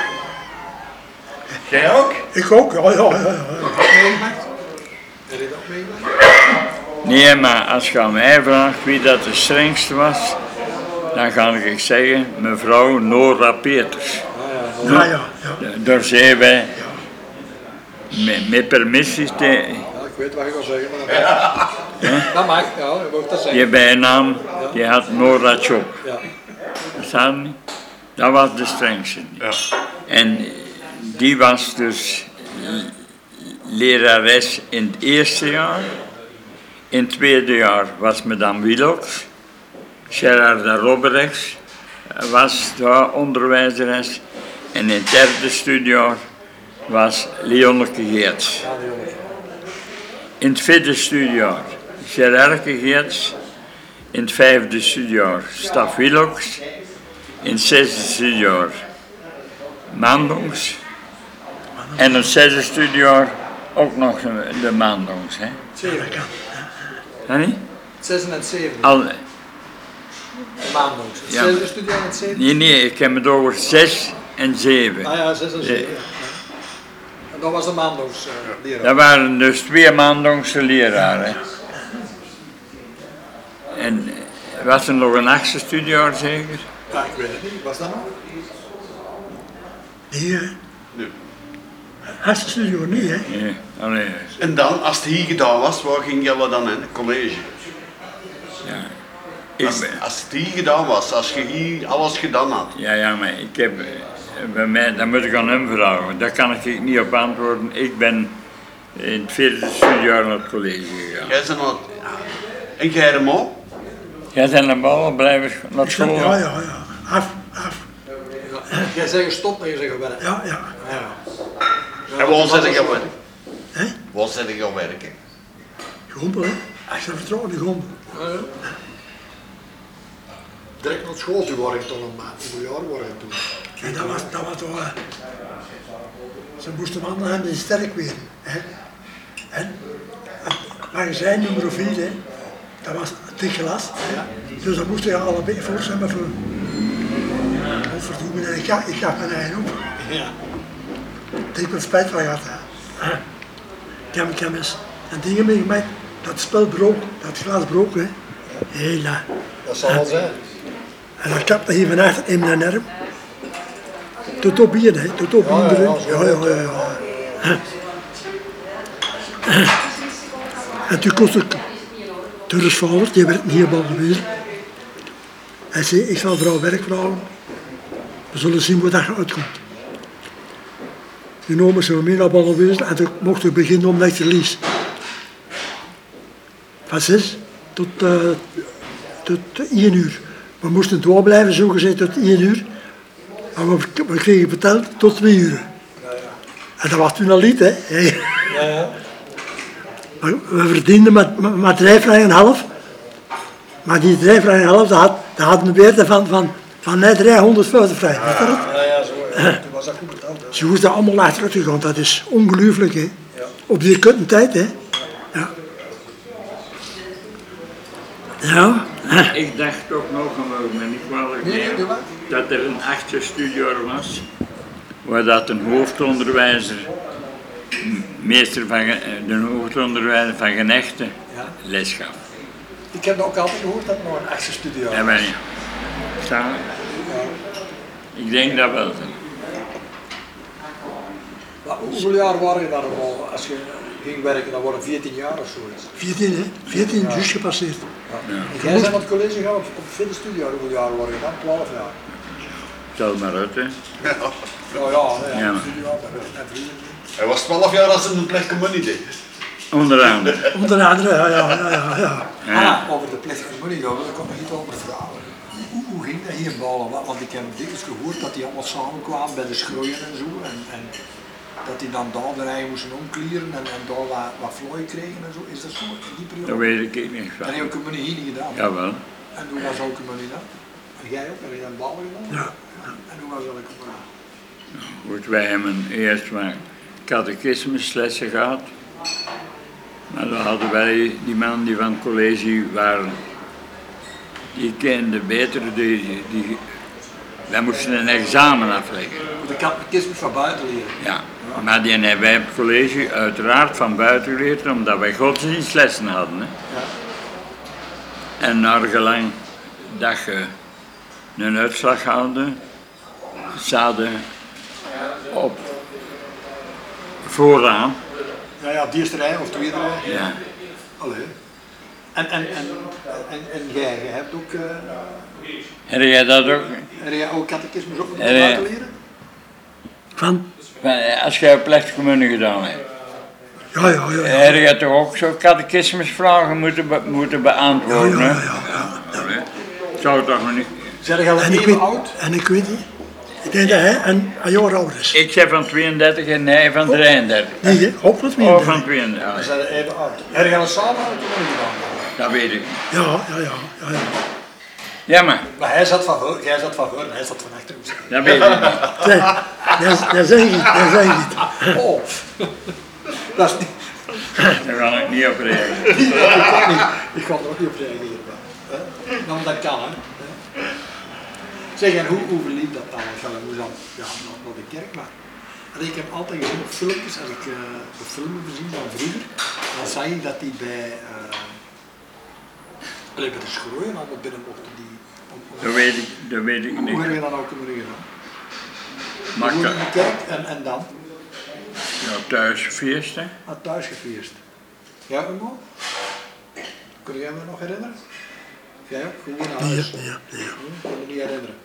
Jij ook? Ik ook, ja. Meegemaakt? Heb je dat meegemaakt? Nee, maar als je aan mij vraagt wie dat de strengste was, dan ga ik zeggen mevrouw Nora Peters. Ja. Daar zijn wij met permissie te... Ja, ik weet wat je wil zeggen, maar dat mag, ja, je mag dat zeggen. Je bijnaam, die had Nora Chop. Ja. Verstaan je? Dat was de strengste. Ja. En die was dus lerares in het eerste jaar. In het tweede jaar was madame Willox. Gerarda Robberechts was daar onderwijzeres. En in het derde studiejaar was Leonneke Geerts. In het vierde studiejaar Gerarke Geerts. In het vijfde studiejaar Staf Willox. In het zesde studiejaar Mandongs. En in het zesde studiejaar ook nog de Mandongs. Hè? 7. Ja, niet? 6 en het 7. Al, De maandongs. Ja. 7 studie en het 7. nee, ik heb het over 6 en 7. Ah ja, 6 en 7. En dat was de maandongs leraar. Dat waren dus 2 Mandongse leraren. En was er nog een 8e studiejaar zeker? Ja, ik weet het niet. Was dat nog? Die, Nee. eerste studio niet, hè. Nee, allee. En dan, als het hier gedaan was, waar ging jullie dan in? College? Ja. Ik Als, ben, als het hier gedaan was, als je hier alles gedaan had. ja, maar ik heb, bij mij, dat moet ik aan hem vragen, daar kan ik niet op antwoorden. Ik ben in het 4e studiejaar naar het college gegaan. Jij bent nog... En jij Remo? Jij bent een bal blijven naar school? Ja. Af. Jij zegt stop en je zegt werk. Ja. Ja. En waar zit ik aan werken? Hè? Waar zit ik aan werken? Gompel, hè. Als je vertrouwt, die gompel. Direct naar school toe word ik toen een maand. Hoeveel jaar word ik toen? En dat was toch... ze moesten wandelen en die sterk weer. Hè. En het magazijn nummer 4, hè. Dat was dik glas. Hè. Dus dan moesten je allebei voor zijn, maar voor... Godverdomme, ik gaf mijn eigen op. Ja. Ik heb er spijt van gehad. Hè. Ik heb eens een ding meegemaakt, dat spel brook, dat glas brook. Hè. Hela. Dat zal wel zijn. En dan kapte hij van achter in mijn arm. Tot op hier, hè. Tot op hier. Ja. En toen kost ik Turks vader, die werd niet op geweest. Hij zei, ik zal vrouw werk vragen. We zullen zien wat dat uitkomt. Die nomen ze mee naar Ballenwezen en toen mochten we beginnen om lecture lease. Van 6 tot 1 uur. We moesten doorblijven, zo gezegd, tot 1 uur. Maar we kregen verteld tot 2 uur. En dat was toen al niet, hè. Ja. Maar we verdienden met drijfvrij en half. Maar die drijfvrij en half, dat had een beerte van net 150 vrij. Weet je dat? Ja, zo. Toen was dat goed betaald. Hè. Ze moesten allemaal achteruit gegaan, dat is ongelooflijk, hè. Op die kutte tijd, hè. Ja. Ja. Ik dacht toch nog, maar ik ben niet kwalijk Nee, nemen, doe maar. dat er een 8e studiejaar was, waar dat een hoofdonderwijzer, meester van, de hoofdonderwijzer van Genechten, les gaf. Ik heb ook altijd gehoord dat het nog een extra studie Ja, maar niet. Staan? Ik denk dat wel. Maar hoeveel jaar waren je dan al als je ging werken? Dan waren 14 jaar of zoiets. 14, hè. 14, juist gepasseerd. Jij bent naar het college gegaan op het vierde studiejaar. Hoeveel jaar waren je dan? 12 jaar. Stel maar uit, hè. Ja, Ja, maar- studiejaar, dat werd net 3. Hij was 12 jaar als hij een plek communie deed. Onder andere. Onder andere, ja. Ja. Over de plichtige money, daar wil ik ook nog iets over vragen. Hoe ging dat hier in Balen? Want ik heb dikwijls gehoord dat die allemaal samenkwamen bij de schroeien en zo. En dat die dan daar de rijen moesten omklieren en daar wat vlooi kregen en zo. Is dat zo in die periode? Dat weet ik niet En van. die ook money hier niet gedaan. Jawel. En hoe was Alkemarie dan? En jij ook? Heb je dan ballen gedaan? Ja. En hoe was Alkemarie? Goed, wij hebben eerst maar catechismuslessen gehad. Maar dan hadden wij, die man die van het college waren, die kende beter, wij moesten een examen afleggen. De catechismus van buiten leren. Ja, maar die hebben wij op het college uiteraard van buiten geleerd, omdat wij godsdienstlessen hadden. Hè. Ja. En naar gelang dat je een uitslag haalde, zaten op vooraan. Ja, ja, die eerste rij of tweede rij. Ja. Allee. En jij hebt ook, Heb jij dat ook? heb jij ook catechismus ook Ja, ja. buiten leren? Van? Als jij plechtige gedaan hebt, Ja, ja, ja. heb jij toch ook zo catechismusvragen moeten beantwoorden? Ja, hè? ja, ja. Allee. Zou toch nog niet. Zijn jij al En ik even weet, oud? en ik weet niet. Ik denk dat hij een jaar ouder is. Ik ben van 32 en hij van 33. Nee, hè? Hopelijk niet. Oh, van 32. We Ja, zijn even oud. Heb jij al samen Alkemarie gedaan? dat weet ik. Ja, ja, ja. Ja, ja. Ja, maar Maar hij zat van voor, jij zat van voor en hij zat van achter. dat weet ik niet. Nee, dat zeg ik niet. Dat zeg ik niet. Oh, dat is niet. Daar ga ik niet op reageren. Ik kan er ook niet op reageren. Nou, dat kan, hè. Zeg, en hoe verliep dat dan? Ik moest dan naar de kerk, maar ik heb altijd gezien op filmpjes, als ik de filmen gezien van vroeger, dan zag ik dat die bij de schroeien allemaal binnen mochten. Dat weet ik Hoe heb niet. je dat ook kunnen gedaan? Maar Hoe in de kerk en dan? ja, thuisfeest, hè? Aan thuis gefeest. Jij ook nog? Kun jij me nog herinneren? Jij ook? Gewoon naar huis? Ja, ja, ja. Ik kan me niet herinneren.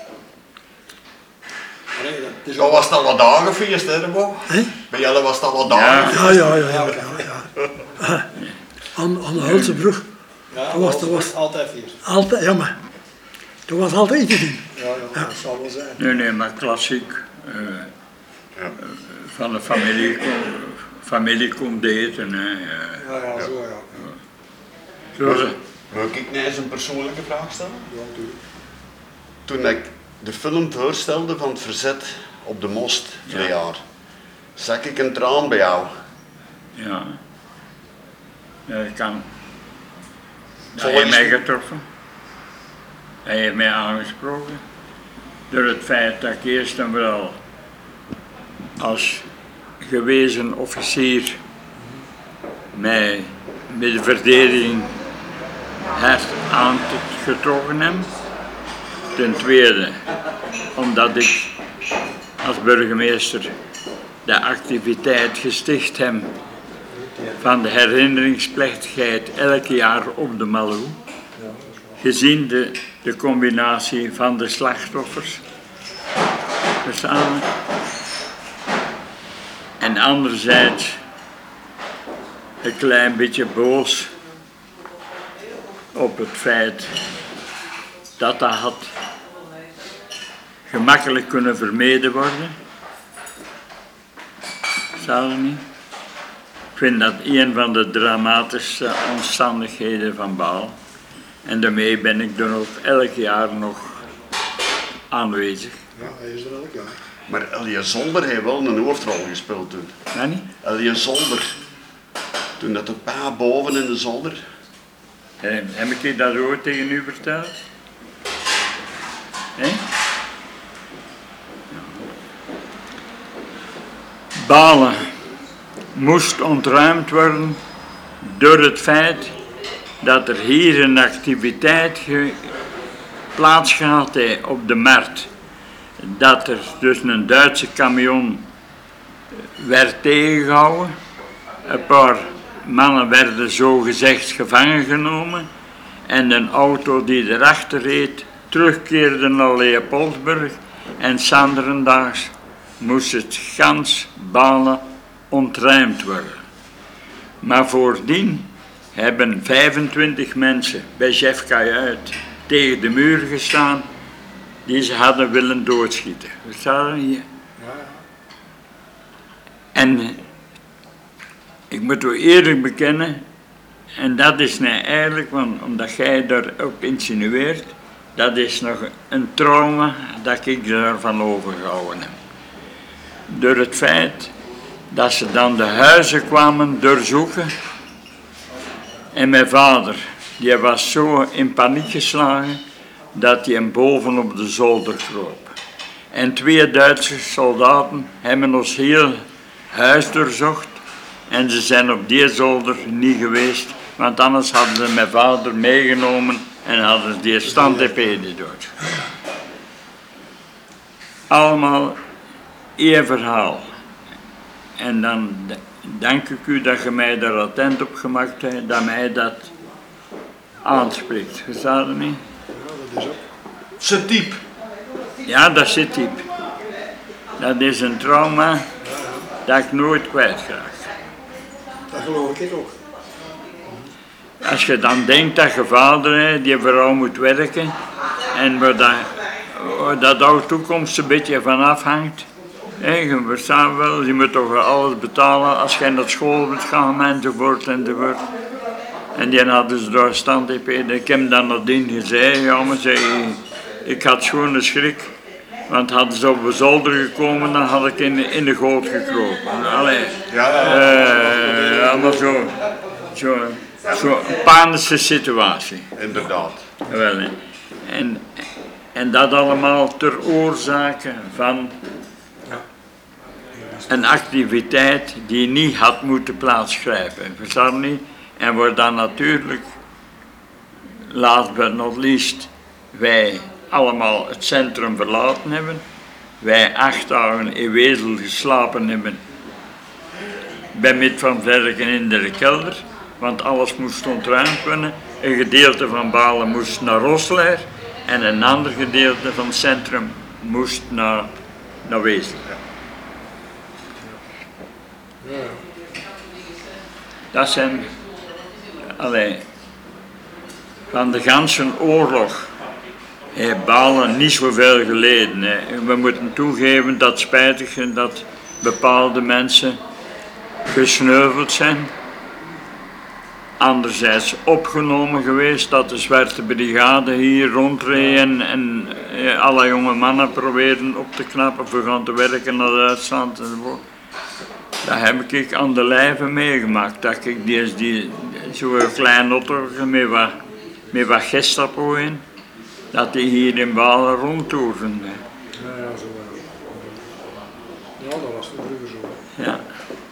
Allee, dat is Dat was het al wat dagen feest, hè, Bo? Hé? Bij jullie was het al wat dagen. Ja, ja, ja, ja, ja, ja. Aan de Hultsebrug. Ja, Dat was altijd feest. altijd, ja maar. Er was altijd iets te doen. Ja, dat zal wel zijn. Nee, maar klassiek. Van de familie komt eten. Hè. Ja, zo ja. Zo is het. Wil ik nou eens een persoonlijke vraag stellen? Ja, natuurlijk. Toen ik de film voorstelde van het verzet op de Most, vorig jaar, zag ik een traan bij jou. Ja. Ja, dat kan. Hij Volgens heeft mij mij- getroffen. Hij heeft mij aangesproken. Door het feit dat ik eerst en vooral als gewezen officier mij met de verdediging hard aangetrokken heb. Ten tweede, omdat ik als burgemeester de activiteit gesticht heb van de herinneringsplechtigheid elk jaar op de Malou. Gezien de combinatie van de slachtoffers. Verstaan? En anderzijds een klein beetje boos op het feit dat dat had gemakkelijk kunnen vermeden worden. Zou het niet? Ik vind dat een van de dramatische omstandigheden van Baal. En daarmee ben ik dan ook elk jaar nog aanwezig. Ja, hij is er elk jaar. Maar Elie Zolder heeft wel een hoofdrol gespeeld toen. Ja, niet? Elie Zolder. Toen dat de pa boven in de zolder. Heb ik je dat ooit tegen u verteld? Hé? Balen moest ontruimd worden door het feit dat er hier een activiteit plaatsgehad heeft op de markt. Dat er dus een Duitse camion werd tegengehouden. Een paar mannen werden zogezegd gevangen genomen. En een auto die erachter reed terugkeerde naar Leopoldsburg. En 's anderendaags moest het gans Balen ontruimd worden. Maar voordien hebben 25 mensen bij Jeff Kajuit tegen de muur gestaan die ze hadden willen doodschieten. Verstaan je hier? En ik moet u eerlijk bekennen, En dat is nou eigenlijk, want omdat jij daarop insinueert, dat is nog een trauma dat ik daarvan overgehouden heb. Door het feit dat ze dan de huizen kwamen doorzoeken. En mijn vader, die was zo in paniek geslagen dat hij hem boven op de zolder kroop. En 2 Duitse soldaten hebben ons heel huis doorzocht. En ze zijn op die zolder niet geweest, want anders hadden ze mijn vader meegenomen en hadden ze die standepeden door. Allemaal één verhaal. En dan dank ik u dat je mij daar attent op gemaakt hebt, dat mij dat aanspreekt. Verstaat u niet? Zijn type. Ja, dat zit diep. Dat is een trauma dat ik nooit kwijtraak. Dat geloof ik ook. Als je dan denkt dat je vader, die vrouw moet werken en waar dat jouw toekomst een beetje van afhangt. Je verstaat wel, je moet toch alles betalen als je naar school wilt gaan enzovoort enzovoort. En die hadden ze daar stand. Ik heb dan nadien gezegd, ja maar ik had gewoon een schrik. Want hadden ze op de zolder gekomen, dan had ik in de goot gekropen. Allee, allemaal zo een panische situatie. Inderdaad. Wel, en dat allemaal ter oorzake van een activiteit die niet had moeten plaatsgrijpen. Verstaan niet? En waar dan natuurlijk, last but not least, wij allemaal het centrum verlaten hebben. Wij 8 dagen in Wesel geslapen hebben bij Mit van Vlerken in de kelder, want alles moest ontruimd worden. Een gedeelte van Balen moest naar Rosleer en een ander gedeelte van het centrum moest naar Wesel. Dat zijn, van de ganse oorlog heeft Balen niet zoveel geleden. We moeten toegeven dat het spijtig is dat bepaalde mensen gesneuveld zijn. Anderzijds opgenomen geweest dat de Zwarte Brigade hier rondreden en alle jonge mannen proberen op te knappen voor gaan te werken naar Duitsland enzovoort. Dat heb ik aan de lijve meegemaakt, dat ik zo'n klein auto met wat Gestapo in, dat die hier in Balen rondtoeren. Ja, zo wel. Ja, dat was vroeger zo. Ja.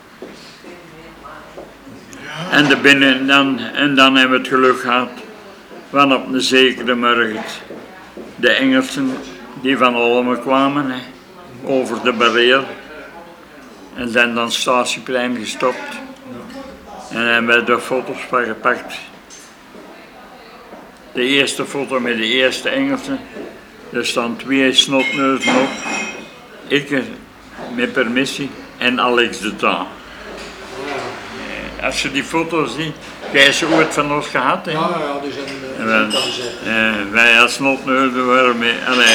En dan hebben we het geluk gehad van op een zekere markt de Engelsen die van Olmen kwamen, over de barrière. En zijn dan Statieplein gestopt. En hebben we de foto's van gepakt. De eerste foto met de eerste Engelsen. Er staan 2 snotneuzen op. Ik met permissie en Alex de Taan. Als je die foto's ziet, jij ze ooit van ons gehad, hè? Ja, die zijn wij als snotneuzen waren mee.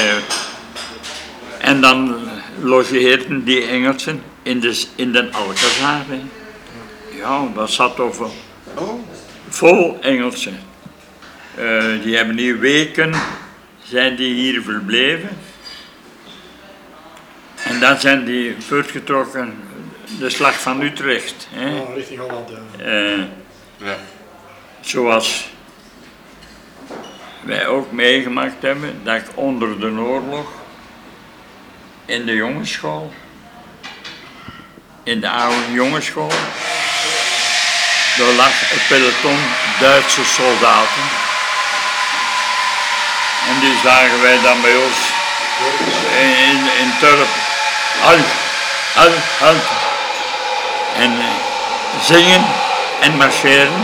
En dan logeerden die Engelsen in de Alcazar. Ja, dat zat over vol Engelsen. Die hebben hier weken, zijn die hier verbleven. En dan zijn die voortgetrokken de slag van Utrecht. Ja, richting Holland. Ja. Zoals wij ook meegemaakt hebben, dat ik onder de oorlog in de jongensschool, in de oude jongensschool, daar lag een peloton Duitse soldaten. En die zagen wij dan bij ons in Turp. Halt. En zingen en marcheren.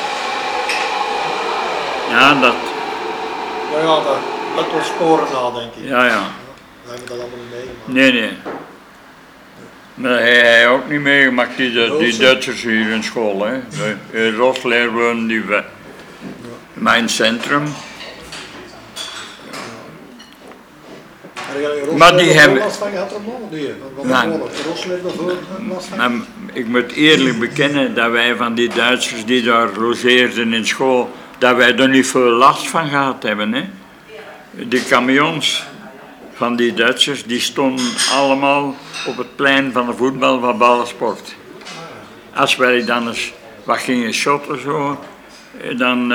Ja, dat. Ja, dat laat ons sporen na, denk ik. Ja. We hebben dat allemaal niet meegemaakt. Nee. Maar hij ook niet meegemaakt, die Duitsers hier in school. Hè. In Rosleer wonen die bij mijn centrum. Maar die hebben... last van gehad, Ramon? Nee, van Ja. de oorlog. Rosler daarvoor last van? Maar ik moet eerlijk bekennen dat wij van die Duitsers die daar logeerden in school, dat wij er niet veel last van gehad hebben. Hè? Die camions van die Duitsers, die stonden allemaal op het plein van de voetbal van Ballensport. Als wij dan eens wat gingen shotten zo, dan...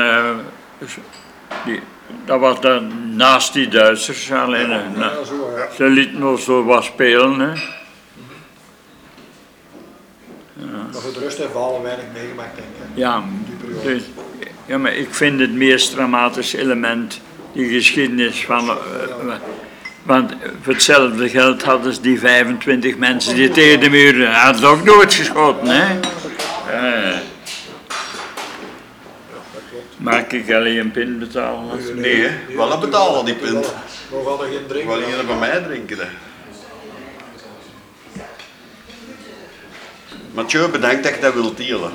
dat was dan naast die Duitsers alleen. Ja, zo, ja. Ze lieten ons zo wat spelen. Hè. Maar voor de rest heeft Walen weinig meegemaakt, denk ik. Ja, dus, ja, maar ik vind het meest dramatische element die geschiedenis van. Want voor hetzelfde geld hadden ze die 25 mensen die tegen de muur hadden ook doodgeschoten. Hè. Maak ik alleen een pint betalen? Nee, hè. Wel een betalen die pint. We hadden geen Ik drinken. wil hier bij mij drinken. Hè. Mathieu, bedenk dat je dat wilt delen.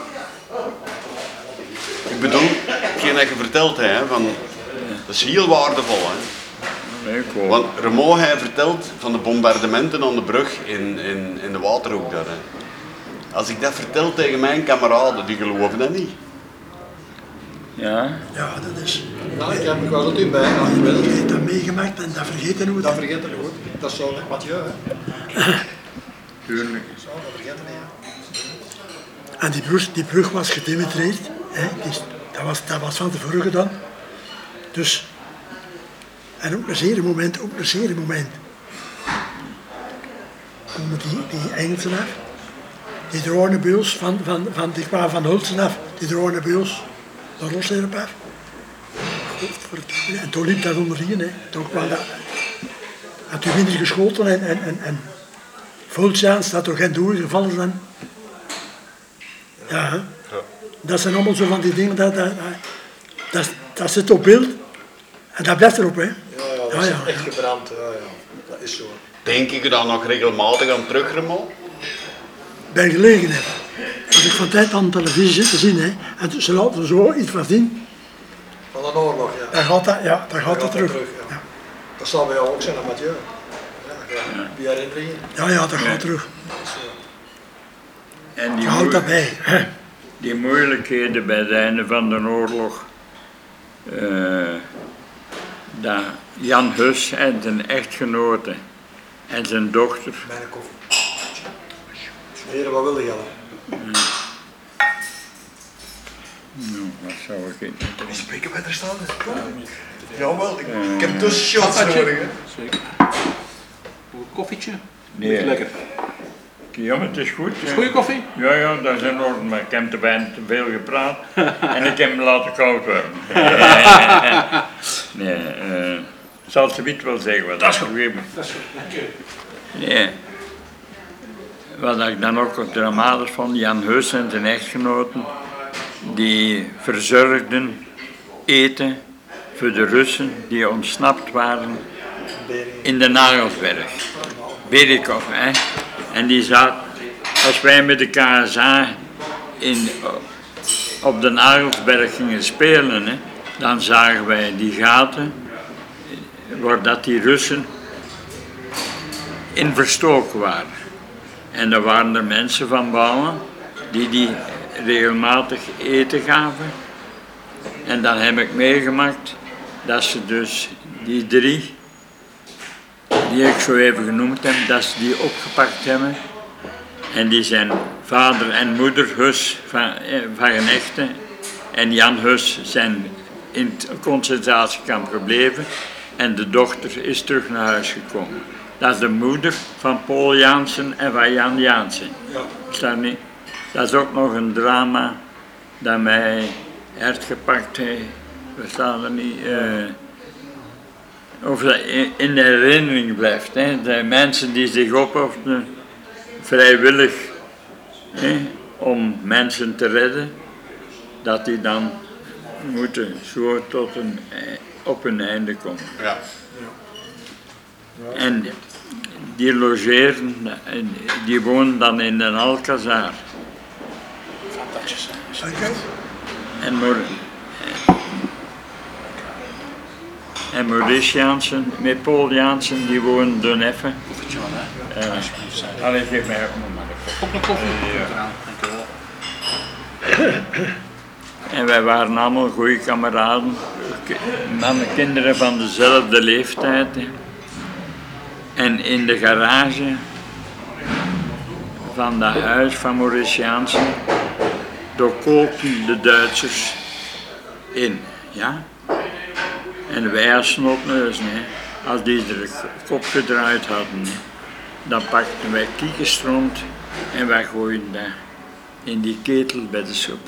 Ik bedoel, hetgeen dat je vertelt, hè, van, dat is heel waardevol. Hè. Nee, ik hoor. Want Remo hij vertelt van de bombardementen aan de brug in de Waterhoek daar. Hè. Als ik dat vertel tegen mijn kameraden, die geloven dat niet. Ja, Ja, dat is... Nou, ik was er toen bij. Ja, ik weet Je het. hebt dat meegemaakt en dat vergeten hoe Dat het... vergeet ik goed. Dat is zo met Mathieu, hè. tuurlijk. Zo, dat vergeten we, ja. En die brug was gedemonteerd. Hè? Dat was van tevoren gedaan. Dus... En op een zeer moment, komen die Engelsen af. Die drogen de beels die kwamen van Hulsen af. Die drogen de beels de Rosleer op af. En toen liep dat onderin. Hè. Toen kwam dat... En toen werd er geschoten en Vultjaan staat toch geen doorgevallen zijn. Ja, hè. Dat zijn allemaal zo van die dingen, dat zit op beeld. En dat blijft erop, hè. Ja, dat is Ja, ja. echt gebrand. Ja, ja. Dat is zo. Denk ik er dan nog regelmatig aan terug, Remo? Bij gelegenheid. Als ik van tijd aan de televisie zit te zien, hè, en ze laten zo iets van zien, Van een oorlog, ja. dan gaat dat terug. ja. Ja. Dat zal bij jou ook zijn, hè, Mathieu. Ja, die herinneringen. Ja, dat gaat terug. En Je houdt dat bij. die moeilijkheden bij het einde van de oorlog, dat Jan Hus en zijn echtgenote en zijn dochter, Mijn koffie. Heren, wat wilde je dan? nou, wat zou ik in? Spreken bij er staan? Jawel, ik heb dus shots nodig. Hè. Zeker. Een koffietje? Nee. Lekker. Ja, maar het is goed. Is goede koffie? Ja, dat is in orde, maar ik heb te weinig te veel gepraat en ik heb hem laten koud worden. Nee, zal ze niet wel zeggen wat dat is gegeven. Dat is goed. Dank je. Nee. Wat ik dan ook dramatisch vond, Jan Hus en zijn echtgenoten, die verzorgden eten voor de Russen die ontsnapt waren in de Nagelsberg. Berikov, hè. En die zaten, als wij met de KSA op de Nagelsberg gingen spelen, hè, dan zagen wij die gaten waar dat die Russen in verstoken waren. En er waren er mensen van Balen die regelmatig eten gaven. En dan heb ik meegemaakt dat ze dus die 3, die ik zo even genoemd heb, dat ze die opgepakt hebben. En die zijn vader en moeder Hus van Genechten en Jan Hus zijn in het concentratiekamp gebleven. En de dochter is terug naar huis gekomen. Dat is de moeder van Paul Jansen en van Jan Jansen. Staat niet? Dat is ook nog een drama dat mij uitgepakt heeft. We staan er niet. Of dat in de herinnering blijft. Hè. De mensen die zich opofferen vrijwillig om mensen te redden, dat die dan moeten zo op hun einde komen. Ja. En die logeren, die wonen dan in een Alcazar. Fantastisch. En maar, En Maurice Jansen met Paul Jansen, die woonden toen even. Koffietje wel, hè? Alsjeblieft, zei. Allee, geef mij ook nog maar een kop. Ook een koffie? Komt eraan, dankjewel. En wij waren allemaal goede kameraden, mannen, kinderen van dezelfde leeftijd. Hè. En in de garage van dat huis van Maurice Jansen, doorkookten de Duitsers in. Ja? En wij als snotneuzen, hè, als die er kop gedraaid hadden, hè, dan pakten wij kiekenstront en wij gooiden dat in die ketel bij de soep.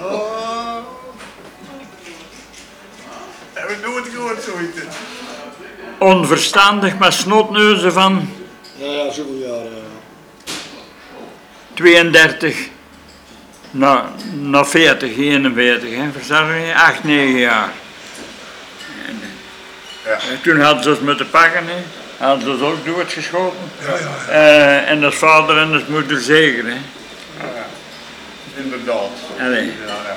Heb ik nooit gehoord zoiets. Onverstandig, maar snotneuzen van Ja, zoveel jaren. 32 naar 40, 41, hè, verstaan je? 8, 9 jaar. En toen hadden ze ons moeten pakken, hè. Hadden ze ons ook doodgeschoten. En dat vader en dat moeder zeker. Hè. Inderdaad. Allee.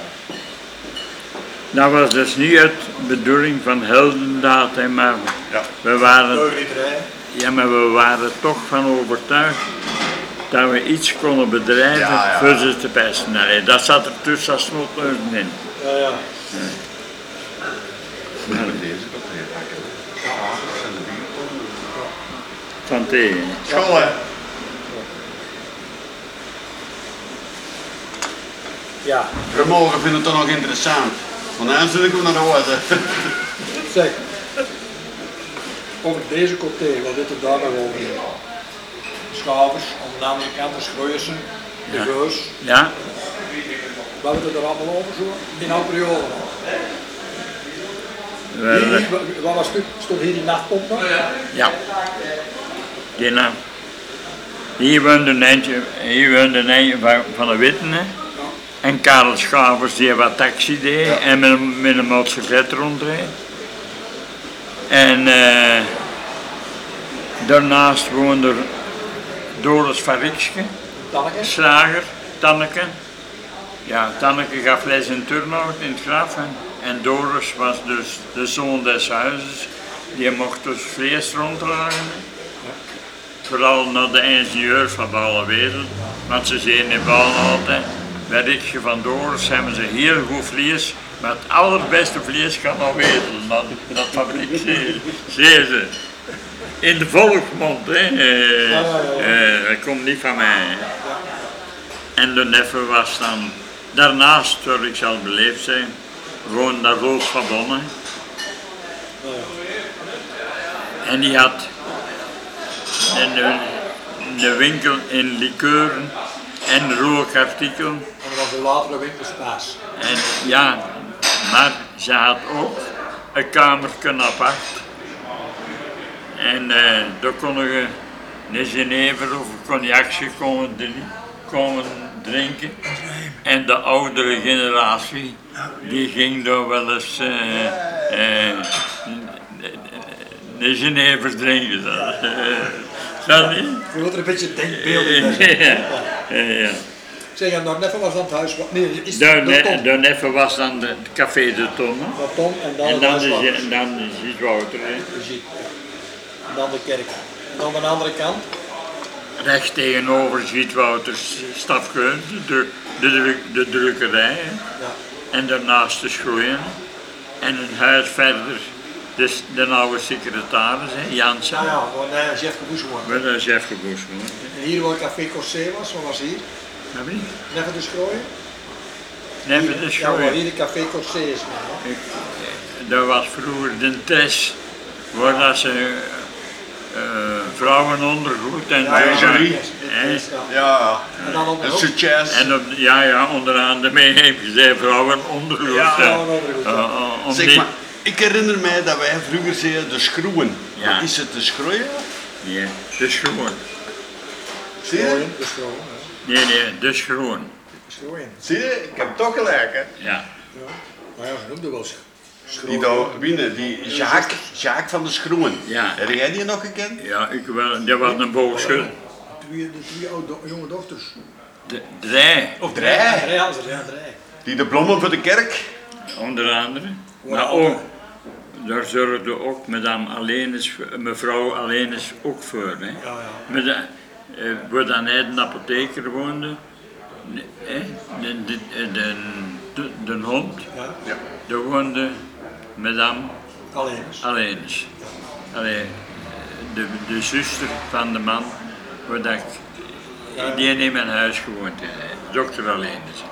Dat was dus niet uit de bedoeling van heldendaad, hè, maar we waren, ja, maar we waren toch van overtuigd dat we iets konden bedrijven voor ze te pesten. Allee, dat zat er tussen als snotneuzen in. Ja. Moeten we deze ook weer pakken? Ja, dat zijn de biertonnen. Van tegen. School, hè? Ja. We mogen vinden het toch nog interessant. Want dan zit ik naar de huis. Zeg, over deze kop thee, wat dit er daar nog over is. Schavers, aan de andere kant de Schroeiersen, de Geus. Ja, Wat hebben we er allemaal over zo? In al periode. Wat was het? Stond hier die nachtpomp nog? ja. Die naam. Hier woonde een eindje van de Witten, hè. En Karel Schavers die wat taxi deed en met een motorcyclet rondreed. En daarnaast woonde Doris van Rikske, Tanneke? Slager, Tanneke. Ja, Tanneke gaf les in Turnhout in het graf. En Doris was dus de zoon des huizes. Die mocht dus vlees ronddragen. Vooral naar de ingenieurs van alle wereld. Want ze zeiden in Balen altijd, bij Rikske van Doris hebben ze heel goed vlees. Maar het allerbeste vlees kan naar Wedel, naar dat fabriek, zeiden ze. In de volksmond, hè. Dat komt niet van mij. En de neffe was dan, daarnaast, waar ik zal beleefd zijn, woonde daar Roos van Bonnen. En die had een winkel in likeuren en rookartikelen. En dat was een latere winkelspaas. En ja, maar ze had ook een kamertje apart. En daar kon je een Genever of een cognacje komen drinken. En de oudere generatie, die ging daar wel eens een Genever drinken. Dat niet? Je wilt er een beetje denkbeeld in hebben. Ja. Zeg, en daarnet was dan het huis, nee, is De neffe was dan het café de Ton. Hè. dat Tom en dan En het dan huis van- is Wouter. Hè. Je ziet. En dan de kerk. En aan de andere kant, Recht tegenover ziet Wouters Stafkeun, de drukkerij. Hè. ja. En daarnaast de schoeien. En een huis verder, dus de oude secretaris, hè, Jansen. Ja, waar Jeff Geboes woont. Waar de chef geboest wordt. En hier waar Café Corsé was, wat was hier? Heb je? Neffen de Schrooien? Neven de Ja, waar schoeien. hier de Café Corsé is. Dat was vroeger de Tess, waar dat ze vrouwenondergoed en lingerie. Ja, En dan op de een hoek. succes. En onderaan de mee heeft gezegd vrouwenondergoed. Ja, Om Zeg die- maar, ik herinner mij dat wij vroeger zeiden de schroeven. Ja. Wat is het, de schroeien? Nee, de schroen. Zie je? Schrooien, de Schrooien. Nee, de schroen. Schrooien. Zie je? Ik heb toch gelijk, hè? Ja. Maar ja, ze noemden wel Die Schrooien. daar winnen, die Jacques van de Schroen. Ja. Heb jij die nog gekend? Ja, ik wel, dat was een boogschut. De twee jonge dochters. De Drij, Of Drij. Drie hadden ze, ja, drie. Die de bloemen voor de kerk. onder andere. Waar Maar altijd- ook daar zorgde ook mevrouw Allenis ook voor. Hè. Waar dan hij een apotheker woonde, de hond, daar woonde madame Allenis. De zuster van de man, waar dat die in mijn huis gewoond heeft, dokter Allenis.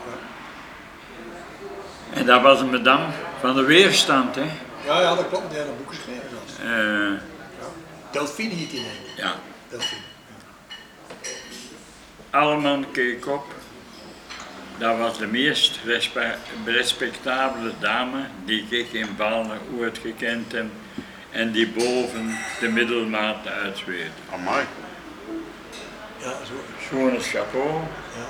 En dat was een madame van de weerstand. Hè. Ja, dat klopt, die had een boek geschreven. Delphine heet die, nee. Ja. Delphine. Allemaal keek op. Dat was de meest respectabele dame die ik in Balen ooit gekend heb en die boven de middelmaat uitzweefde. Amai. Ja, zo. Schone chapeau. Ja.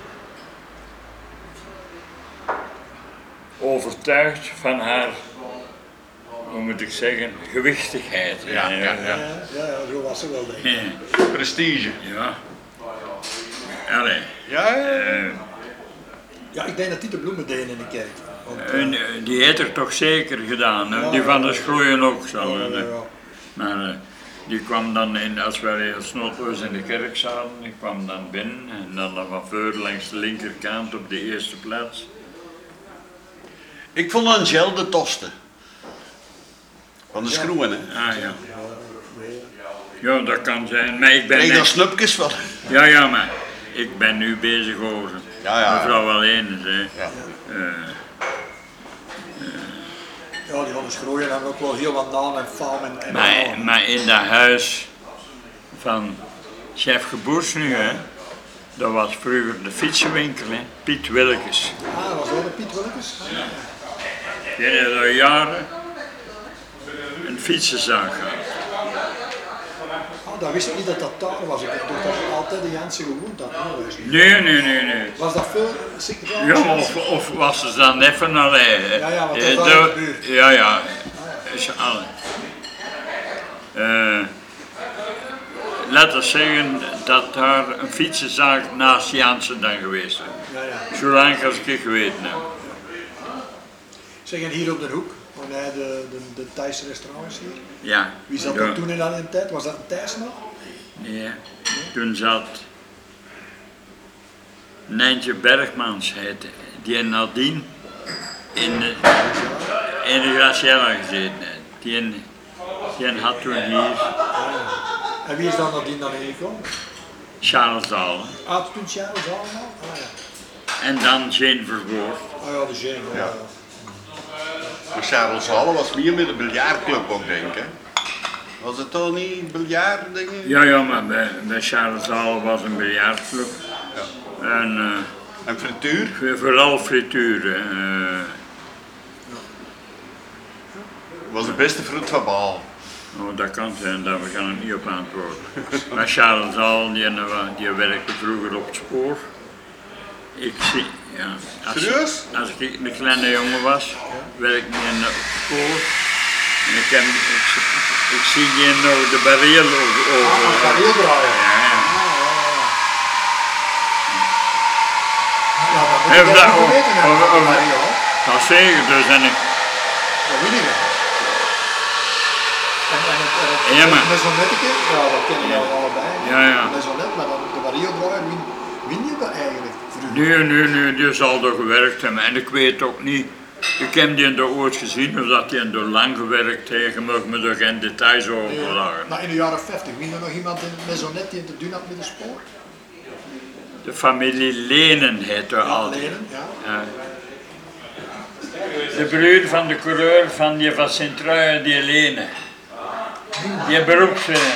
Overtuigd van haar, hoe moet ik zeggen, gewichtigheid. Ja, Zo was ze wel, denk ik. Prestige. Ja. Allee. Ja. Ja, ik denk dat die de bloemen deden in de kerk. Want, Die heeft er toch zeker gedaan, hè? Die van de Schroeien ook zal. Maar die kwam dan in, als wij heel snotloos in de kerk zaten, die kwam dan binnen en dan van voor langs de linkerkant op de eerste plaats. Ik vond Angel de toste. Van de Schroeven, hè. Ah ja. Ja, dat kan zijn, maar ik ben... Krijg daar snupjes van. Ja, maar ik ben nu bezig over mevrouw Allenis, hè. Ja. Ja, die van de Schrooien hebben ook wel heel wat naam en faam en Maar in dat huis van chef Geboers nu, hè, dat was vroeger de fietsenwinkel, hè, Piet Wilkes. Ah, was dat de Piet Wilkes? Die heeft al jaren een fietsenzaak gehad. Oh, dat wist ik niet dat dat daar was. Ik dacht dat altijd de Jansen gewoond had. Nee. Was dat veel secretaris? Ja, of was ze dan even alleen? Ja, want dat was in de buurt. Ja. Is alle. Laten we zeggen dat daar een fietsenzaak naast Jansen dan geweest is. Ja. Zolang als ik het geweten heb. Zeg, en hier op de hoek, wanneer de Thaise restaurant is hier. Ja. Wie zat er toen in de tijd? Was dat een Thijs nog? Nee, toen zat Nijntje Bergmans, heette, die nadien in de Graciela gezeten. Die had toen hier En wie is dan nadien dan ingekomen? Charles Daal. Ah, toen Charles allemaal? Ah ja. En dan Jane Vergoort. Ah ja, de Jane. Ja. Maar Charles Halle was meer met de biljartclub ook, denk ik. Was het toch niet biljartdingen? Ja, maar bij Charles Daal was een biljartclub. Ja. En frituur? Vooral frituur. Was de beste fruit van Baal. Oh, dat kan zijn, daar we gaan er niet op antwoorden. Maar Charles Daal, die werkte vroeger op het spoor. Ik zie, ja. Als ik een kleine jongen was, werkte ik op het spoor. En ik zie die nog de barrière over. De barrière draaien? Ja, dat moet ik ook weten hebben. Dat zeker, dus en ik... Dat weet ik niet. En Ja, maar... Maisonnette, ja, dat kennen we allebei. Ja. Maisonnette, maar dan de barrière draaien, win je dat eigenlijk? Nee, die zal er gewerkt hebben. En ik weet ook niet, ik heb die er ooit gezien, of dat die er lang gewerkt heeft, je mag me er geen details over vragen. Maar in de jaren 50, wie er nog iemand in Maisonnette die te doen had met de spoor? De familie Lenen heette altijd. Lenen, ja. De broer van de coureur van Sint-Truiden, die Lenen. Die beroepsrenner.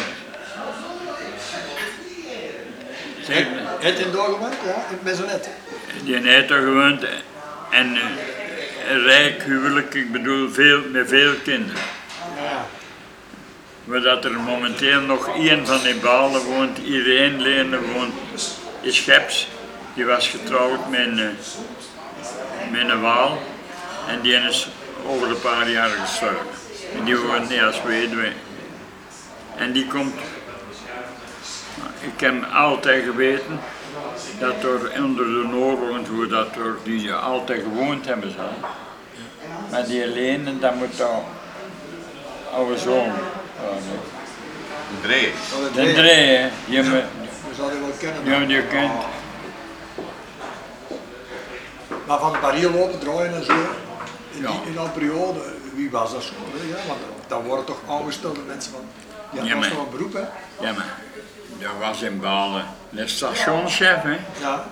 Het in doorgewend, ja, in Maisonnette. Die heeft er gewoond en een rijk huwelijk, ik bedoel met veel kinderen. Ja. Maar dat er momenteel nog één van die Balen woont, Irene Lenen woont in Scheps. Die was getrouwd met een Waal en die is over een paar jaar gestorven. En die woont niet als weduwe. En die komt, ik heb altijd geweten dat er onder de oorlog, hoe dat er die altijd gewoond hebben zo. Maar die Lenen, dat moet toch oude zoon. Dree. De Dree, hè. Die We zouden wel kennen. je kent. Maar van de barrière lopen, draaien en zo. Ja. In dat periode, wie was dat zo? Hè? Ja, want dan worden toch aangestelde mensen van. Ja, Ja, dat was maar- toch een beroep, hè? Ja, maar dat was in Balen de stationschef, hè. Ja.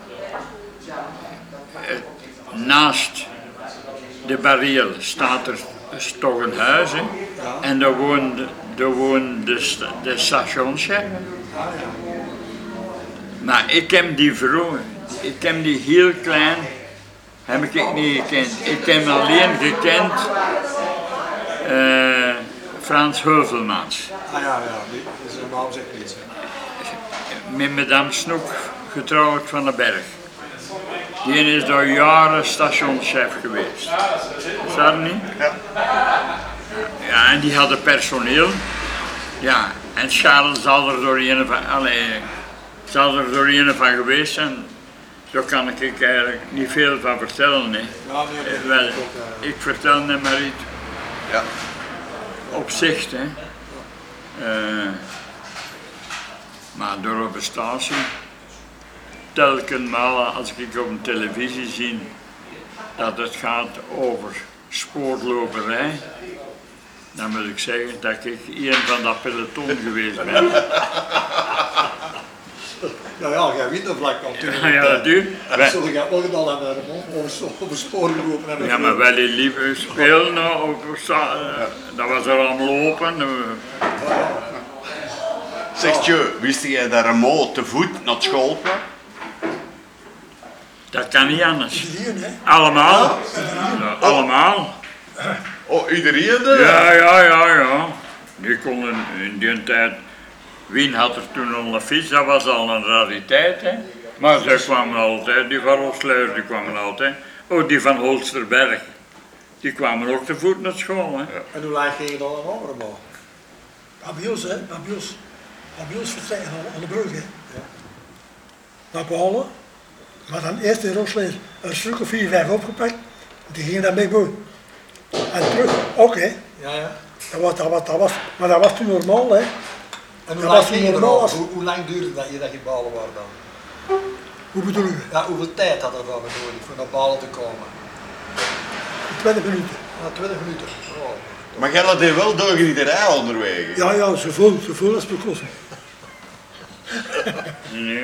Naast de barrière staat er toch een huis, hè. En daar woonde de stationschef. Maar ik heb die vroeger, ik heb die heel klein, heb ik niet gekend. Ik heb alleen gekend Frans Heuvelmans. Ah ja, die is een naam zegt niets. Met madame Snoek getrouwd van den Berg. Die is door jaren stationschef geweest. Is dat niet? Ja. Ja, en die hadden personeel. Ja, en Charles zal er door een van geweest zijn. Daar kan ik eigenlijk niet veel van vertellen. Hè. Ja, nee, dat Wel, is ook, ik vertel net maar iets Ja. op zich. Hè. Maar door op een statie, telkens als ik op een televisie zie dat het gaat over spoorloperij, dan moet ik zeggen dat ik een van dat peloton geweest ben. Ja, jij wint een vlak natuurlijk. Ja, dat doe. Zullen je ook gedaan hebben over sporen gelopen hebben? Ja, maar wel in lieve spelen, dat was er aan lopen. Zegt je, wist jij dat Remo te voet naar school kwam? Dat kan niet anders. Hier, hè? Allemaal. Ja, allemaal. Oh, iedereen? Ja. Die konden in die tijd. Wien had er toen al een fiets, dat was al een rariteit. Hè. Maar zij kwamen altijd, die van Rosleur, die kwamen altijd. Oh, die van Holsterberg. Die kwamen ook te voet naar school. Hè. En hoe laat ging je dan een andere man? Babios, hè? Babios vertrekken aan de brug, hè? Naar Balen. Maar dan eerst in Rosleer een stuk of 4, 5 opgepakt. Die gingen dan mee boven. En terug ook, hè? Ja. Maar dat was toen normaal, hè? En hoe Dat lang was ging je normaal er als- Hoe lang duurde dat je dat je balen waren dan? Hoe bedoel je? Ja, hoeveel tijd had er dan nodig voor naar balen te komen? 20 minuten. Na 20 minuten. Oh. Maar jij laat je wel doorgenieten onderweg. Ja, zoveel als het kost. Nee,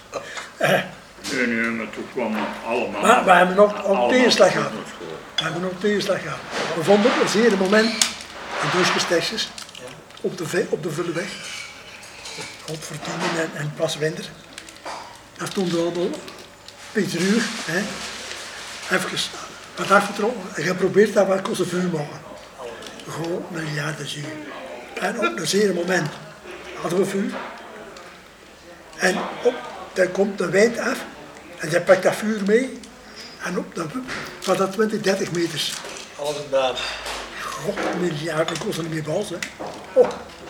maar toen kwam het allemaal. Maar we hebben ook allemaal tegenslag te voet gehad. naar school. We hebben ook tegenslag gehad. We vonden op een zeer moment in Duskestesjes op de Vulleweg. Godverdomme en Paswinter. Daar stonden allemaal Peter uur, hè. Even wat afgetrokken en geprobeerd dat we kosten vuur maken. Gewoon een jaar te zien. En op een zeer moment hadden we vuur. En dan komt de wind af en je pakt dat vuur mee. En op was dat 20, 30 meters. Alles in brand. God, miljard, dat kost er niet meer bals, hè. Oh.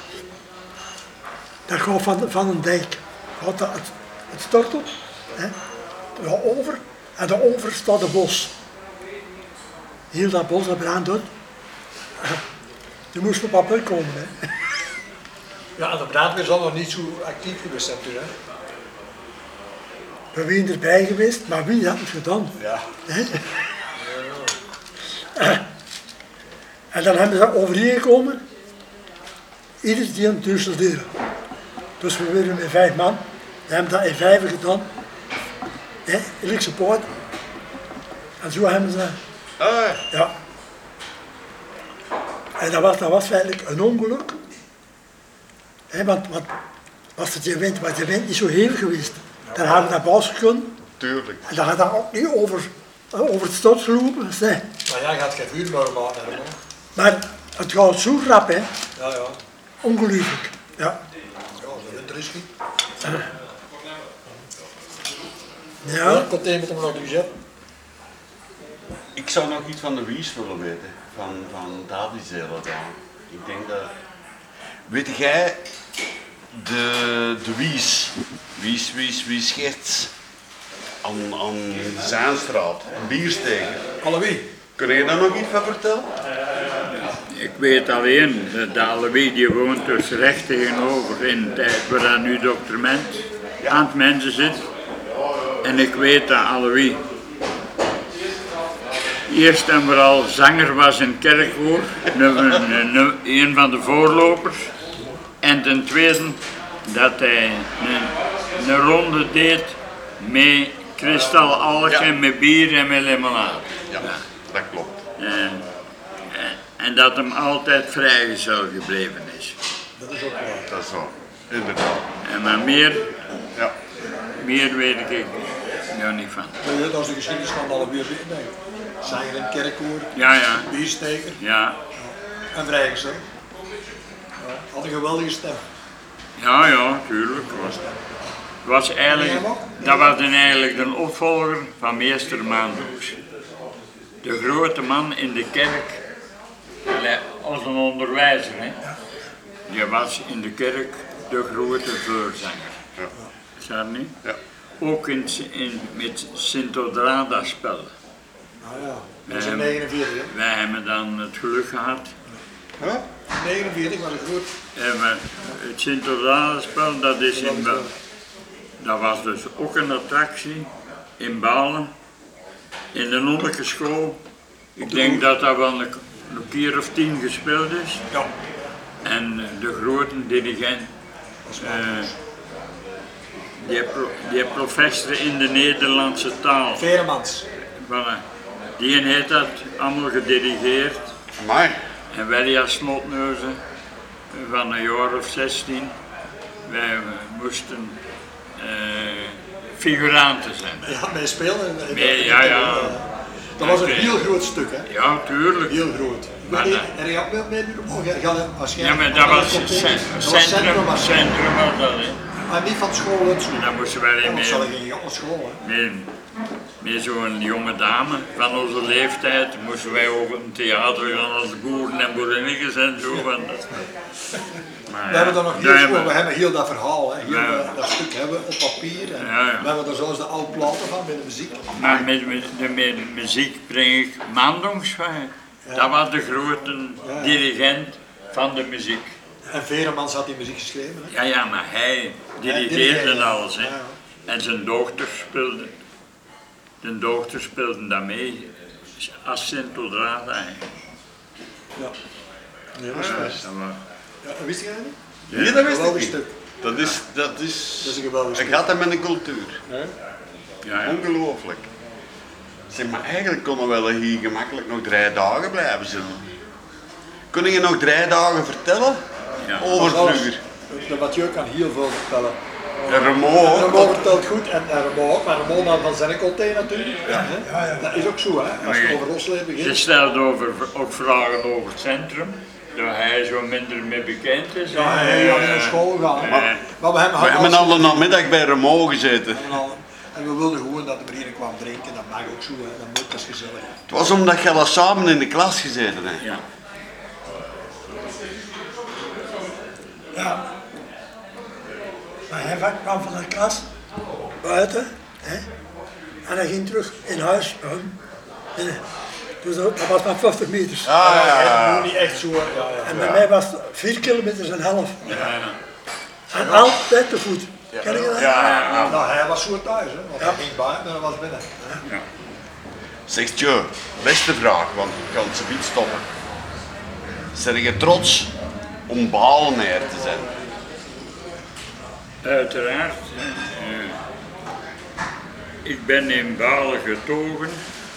Dat gaat van een dijk. Gaat dat, het stort op, hè. Het gaat over en daarover staat een bos. Heel dat bos, dat brandt uit. Je moest op papel komen, hè. Ja, en de brandweer zal nog niet zo actief geweest zijn toen, hè? We zijn erbij geweest, maar wie had het gedaan? Ja. Hè? En dan hebben ze overeengekomen, ieder die een deur delen. Dus we waren met 5 man, we hebben dat in 5 gedaan, hè, in poort. En zo hebben ze, ja. En dat was feitelijk een ongeluk. Hè, want was de wind niet zo hevig geweest, dan hadden we dat baas gekund. Tuurlijk. En dan had dat ook niet over het stort gelopen. Nee. Maar ja, je gaat geen vuur meer maken, hè? Maar het gaat zo rap, hè. Ja. Ongelooflijk. Ja. Ja, de winter is niet. Ja. Komt iemand om naar budget? Ik zou nog iets van de Wies willen weten. Van Davidzelen dan. Ik denk dat... Weet jij de Wies Gerts aan Zaanstraat, een biersteker. Alle wie? Kun je daar nog iets van vertellen? Ik weet alleen dat Alois die woont dus recht tegenover in de tijd waar dat nu dokter Ment aan het mensen zit. En ik weet dat Alois eerst en vooral zanger was in kerkkoor, een van de voorlopers. En ten tweede dat hij een ronde deed met kristalaalg en met bier en met limonade. Ja, dat klopt. En dat hem altijd vrijgezel gebleven is. Dat is ook waar. Dat is zo, inderdaad. Maar meer Ja. weet ik er niet van. Ja, dat is de geschiedenis van alle weer nee. Zanger in het kerkkoor, Ja, ja, biersteker ja. en vrijgezel. Ja, had een geweldige stem. Ja, ja, tuurlijk. Dat was dan eigenlijk de opvolger van meester Maandoes. De grote man in de kerk, als een onderwijzer. Hè. Die was in de kerk de grote voorzanger. Ja. Is dat niet? Ja. Ook met Sint-Odrada spellen. Nou ja, dat is in 49. Hè? Wij hebben dan het geluk gehad. Huh? 49 was het goed. Maar het Sint-Odrada-spel, dat was dus ook een attractie in Balen, in de nonneke school. Ik denk dat dat wel een keer of 10 gespeeld is. Ja. En de grote dirigent, die professor in de Nederlandse taal, Veremans. die heeft dat allemaal gedirigeerd. Amai. En wij als slotneuzen van een jaar of 16, wij moesten figuranten zijn. Ja, mij spelen. Ja. Dat was een heel groot stuk, hè? Ja, tuurlijk. Heel groot. Maar En je had wel meedoen? Ja, maar dat was het centrum was dat. Hè. Maar niet van school uit. En dan moesten wij Dat mee, zal geen jonge school, hè? met zo'n jonge dame van onze leeftijd, moesten wij over een theater gaan als boeren en boerinnetjes en zo. Maar, We hebben daar nog heel veel, we hebben heel dat verhaal, hè. Heel Ja. dat stuk hebben op papier. En Ja. we hebben er zelfs de oude platen van met de muziek. Maar met de muziek breng ik Mandongs van. Dat was de grote dirigent van de muziek. En Veremans had die muziek geschreven, hè? Ja, maar hij dirigeerde dirigeerde. alles. Hè. Ja. En zijn dochter speelde. De dochter speelde dat mee. Als Sint-Odrada. Ja. Nee, dat is juist. Dat was- Ja, dat wist jij niet? Nee, dat wist ik Geweldig niet. stuk. Dat is Dat is een geweldig een stuk. gat in mijn cultuur. Ja. Ongelooflijk. Zeg, maar eigenlijk konden we wel hier gemakkelijk nog 3 dagen blijven zitten. Kun je nog 3 dagen vertellen Ja. over vroeger? De Mathieu kan heel veel vertellen. Remo, Remo vertelt goed en Remo ook, maar Remo dan van Zennecolté natuurlijk. Ja. Dat is ook zo, hè? Als je over Rosleden Ze begint. stelde ook vragen over het centrum, dat hij zo minder mee bekend is. Ja, hij had naar school gaan. Maar we hebben we hebben al de namiddag bij Remo gezeten. En we wilden gewoon dat de vrienden kwamen drinken, dat mag ook zo, hè. Dat moet, dat is gezellig. Het was omdat je al samen in de klas gezeten hebt. Ja. Ja. Maar hij kwam van de klas buiten, hè. En hij ging terug in huis. Dus dat was maar 50 meters. Ja. Niet echt zo. En bij mij was het 4 kilometer en half. En altijd te voet. Ken je dat? Ja. Nou, hij was zo thuis, hè. Want hij ging buiten en hij was binnen. Zegt je, beste vraag, want ik kan het zo niet stoppen. Ben je trots om Balenair te zijn? Uiteraard. Ik ben in Balen getogen.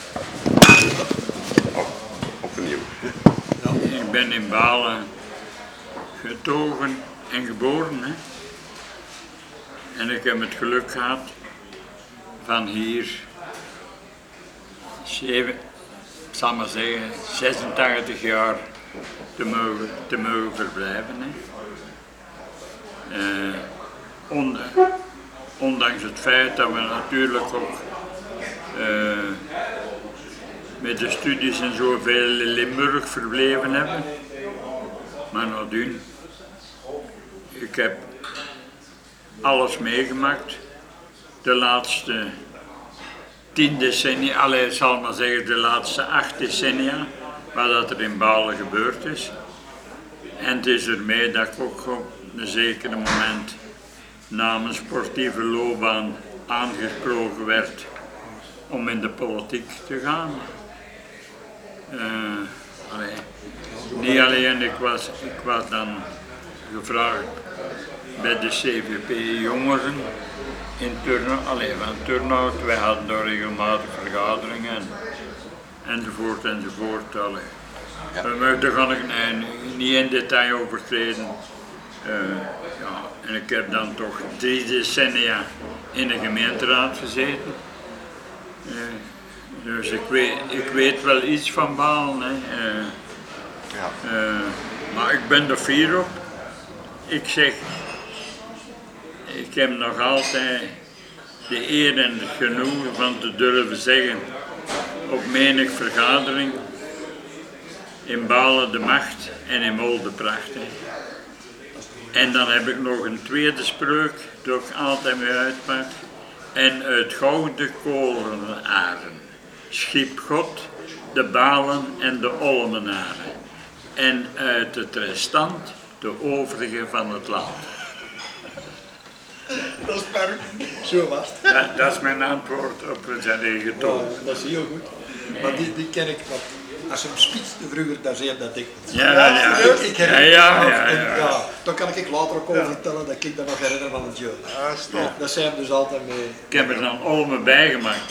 Opnieuw. Ik ben in Balen getogen en geboren. Hè. En ik heb het geluk gehad van hier 86 jaar te mogen verblijven. Hè. Ondanks het feit dat we natuurlijk ook met de studies en zo veel in Limburg verbleven hebben. Maar nadien, ik heb alles meegemaakt. De laatste 10 decennia, ik zal maar zeggen de laatste 8 decennia. wat dat er in Balen gebeurd is. En het is ermee dat ik ook op een zeker moment na mijn sportieve loopbaan aangesproken werd om in de politiek te gaan. Niet alleen, ik was dan gevraagd bij de CVP Jongeren in Turnhout. Wij hadden daar regelmatig vergaderingen enzovoort. Maar daar ga ik niet in detail over treden. En ik heb dan toch 3 decennia in de gemeenteraad gezeten. Dus ik weet wel iets van Balen. Maar ik ben er fier op. Ik zeg, ik heb nog altijd de eer en het genoegen van te durven zeggen op menig vergadering in Balen de macht en in Mol de pracht. En dan heb ik nog een tweede spreuk die ik altijd mee uitpak. En uit gouden kolenaren schiep God de Balen en de Olmenaren. En uit het restant de overige van het land. Dat is perfect. Zo was het. Dat is mijn antwoord op zijn eigen toon. Dat is heel goed. Maar die ken ik, want als ze hem spietste vroeger, dan zei hij dat ik. Ik herinner dan kan ik later ook over vertellen dat ik dat nog herinner van het jeugd. Dat zei hem dus altijd mee. Ik heb er dan Olmen bijgemaakt.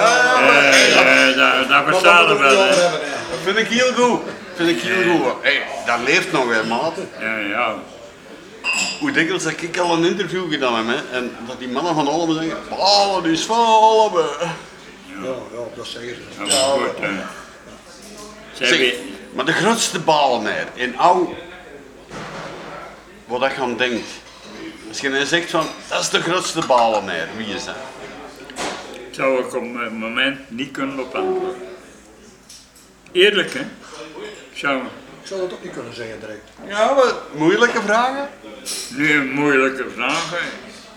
Dat verstaan we wel. Dat vind ik heel goed. Hey, dat leeft nog, hè, maat. Ja. Hoe dikwijls heb ik al een interview gedaan heb, hè, en dat die mannen van Olmen zeggen, Balen is van Olmen. Ja, dat zeggen ze. Zeg, maar de grootste Balenaar in oud, wat je aan denkt, als je dan zegt van, dat is de grootste Balenaar, wie is dat? Zou ik op het moment niet kunnen op antwoorden. Eerlijk, hè? Ik zou dat ook niet kunnen zeggen direct. Ja, maar moeilijke vragen? Nu een moeilijke vraag, hè.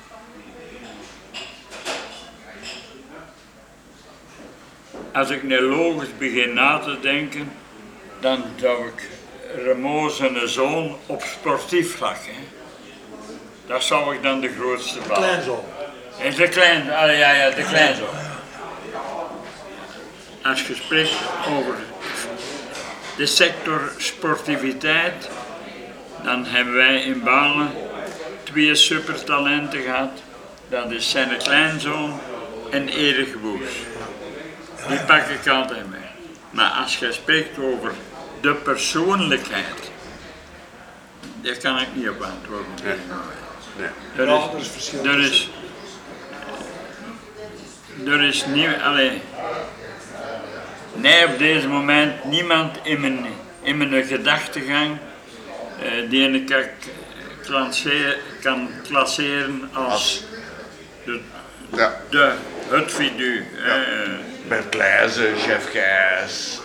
Als ik nu logisch begin na te denken, dan zou ik Remo zijn zoon op sportief vlak. Hè. Dat zou ik dan de grootste bal. Kleinzoon. En de kleinzoon. Als je spreekt over de sector sportiviteit, dan hebben wij in Balen 2 supertalenten gehad. Dat is zijn kleinzoon en Erik Boers. Die pak ik altijd mee. Maar als je spreekt over de persoonlijkheid, daar kan ik niet op antwoorden. Nee. Er is verschil. Er is niet, nee, op deze moment niemand in mijn gedachtegang die ik kan klasseren als het figuur. Bert Leijzen, Jeff Gijs.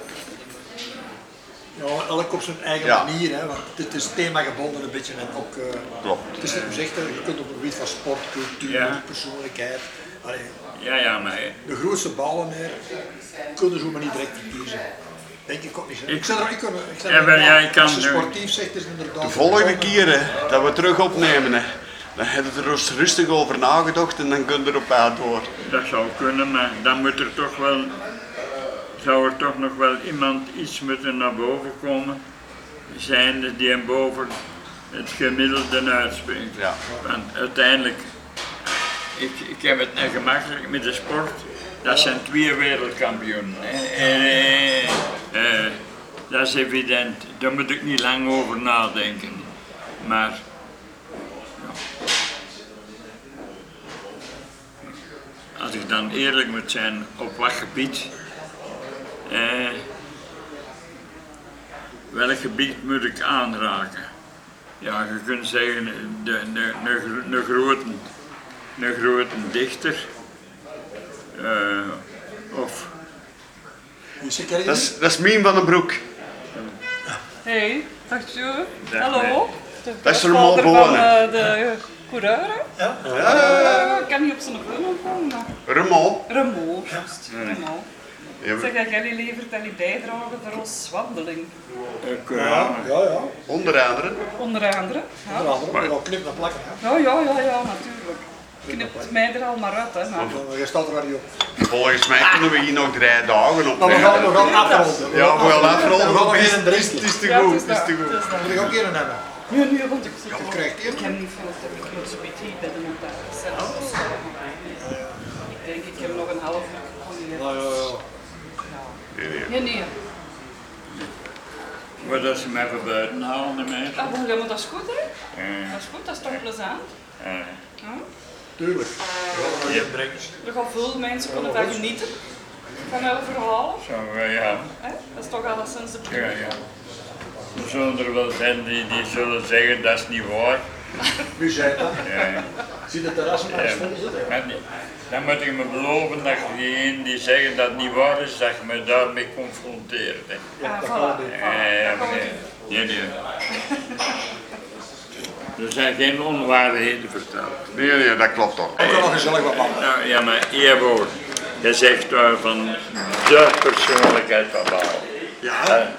Ja, elk op zijn eigen manier, hè, want het is themagebonden een beetje en ook. Klopt. Het is net gezegd, je kunt op het gebied van sport, cultuur, persoonlijkheid. Maar de grootste Balenaar kunnen zo maar niet direct kiezen. Denk ik ook niet. Als je sportief zegt, is het inderdaad. De volgende keer hè, dat we terug opnemen, hè, dan heb je er rustig over nagedacht en dan kun je erop antwoorden. Dat zou kunnen, maar dan moet er toch wel, zou er toch nog wel iemand iets moeten naar boven komen, zijnde die boven het gemiddelde uitspringt. Ja. Want uiteindelijk, ik heb het net gemakkelijk met de sport, dat zijn 2 wereldkampioenen. Dat is evident, daar moet ik niet lang over nadenken. Maar als ik dan eerlijk moet zijn, op wat gebied, welk gebied moet ik aanraken? Ja, je kunt zeggen, een grote dichter, of... Dat is Mien van den Broek. Hey, dag Jo. Hallo. Dat is er een mooi boven. De coureur, hè? Ik kan niet op zijn naam komen. Remo. Remo, juist. Remo. Zeg, ga jij liever die bijdragen voor ons wandeling? Ja. Ja. Onder andere. Onder andere. Ja, Onder andere, maar ook knippen en plakken. Hè. ja, natuurlijk. Knipt mij er al maar uit, hè. Maar... Je staat er wel niet op. Volgens mij kunnen we hier nog 3 dagen op. Maar we gaan afronden. Ja, we gaan afronden. We gaan nog Het is- geen drinken. Het is te Ja, goed, het het is is te dat, goed. het is dat. Moet ik ook een hebben? Nee, want ik zit Je krijgt Ik heb niet veel te ik moet zo beetje hier bij de notaris. Ik denk, ik heb nog een half uur gekomen. Nee. Maar dat ze mij van buiten halen, de mensen. Ah, maar dat is goed, hè? Ja. Dat is goed, dat is toch plezant? Ja. Tuurlijk. We gaan nog geen drinken. Er gaan veel mensen kunnen daar genieten van jouw verhalen. Zo, ja. Hè? Dat is toch alleszins de Ja, ja. Er zullen er wel zijn die zullen zeggen dat is niet waar. Nu zijn dat. Ja. Zie de terrassen maar eens vol zitten. Maar dan moet je me beloven dat diegenen die zeggen dat het niet waar is, dat je me daarmee confronteert. Hè. Ah, voilà. Ja, nee. Er zijn geen onwaarheden verteld. Nee, dat klopt toch. Ik kan nog gezellig wat babbelen. Nou, ja, maar Evo, je zegt daar van de persoonlijkheid van Baal. Ja.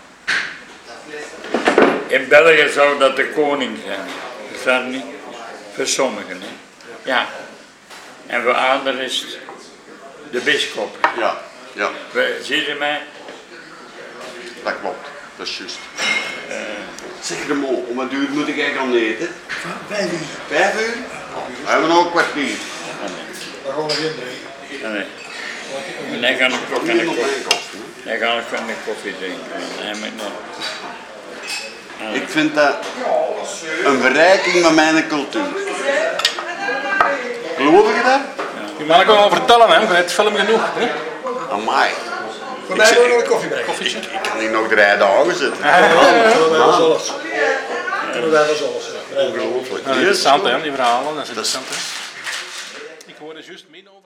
In België zou dat de koning zijn. Dat staat niet voor sommigen. Hè. Ja. En voor anderen is het de bisschop. Ja, Zie je mij? dat klopt. Dat is juist. Zeg Remo, om een uur moet ik gaan eten. 5 uur. 5 uur? We hebben nog een kwartier. Dan gaan we geen drinken. Nee. En dan ga ik ook Niet op mijn kosten. Dan ga ik van de koffie drinken. Nee, maar nee. Ik vind dat een verrijking van mijn cultuur. Geloof je dat? Je mag ik wel vertellen, hè? Je hebt film genoeg. Hè? Amai. Voor mij wil ik nog een koffie brengen. Ik kan hier nog 3 dagen zitten. Kunnen wij wel alles. Kunnen wij wel alles. Ongelooflijk. Interessant, hè? Die verhalen, dat is interessant. Hè? Ik hoorde juist min over.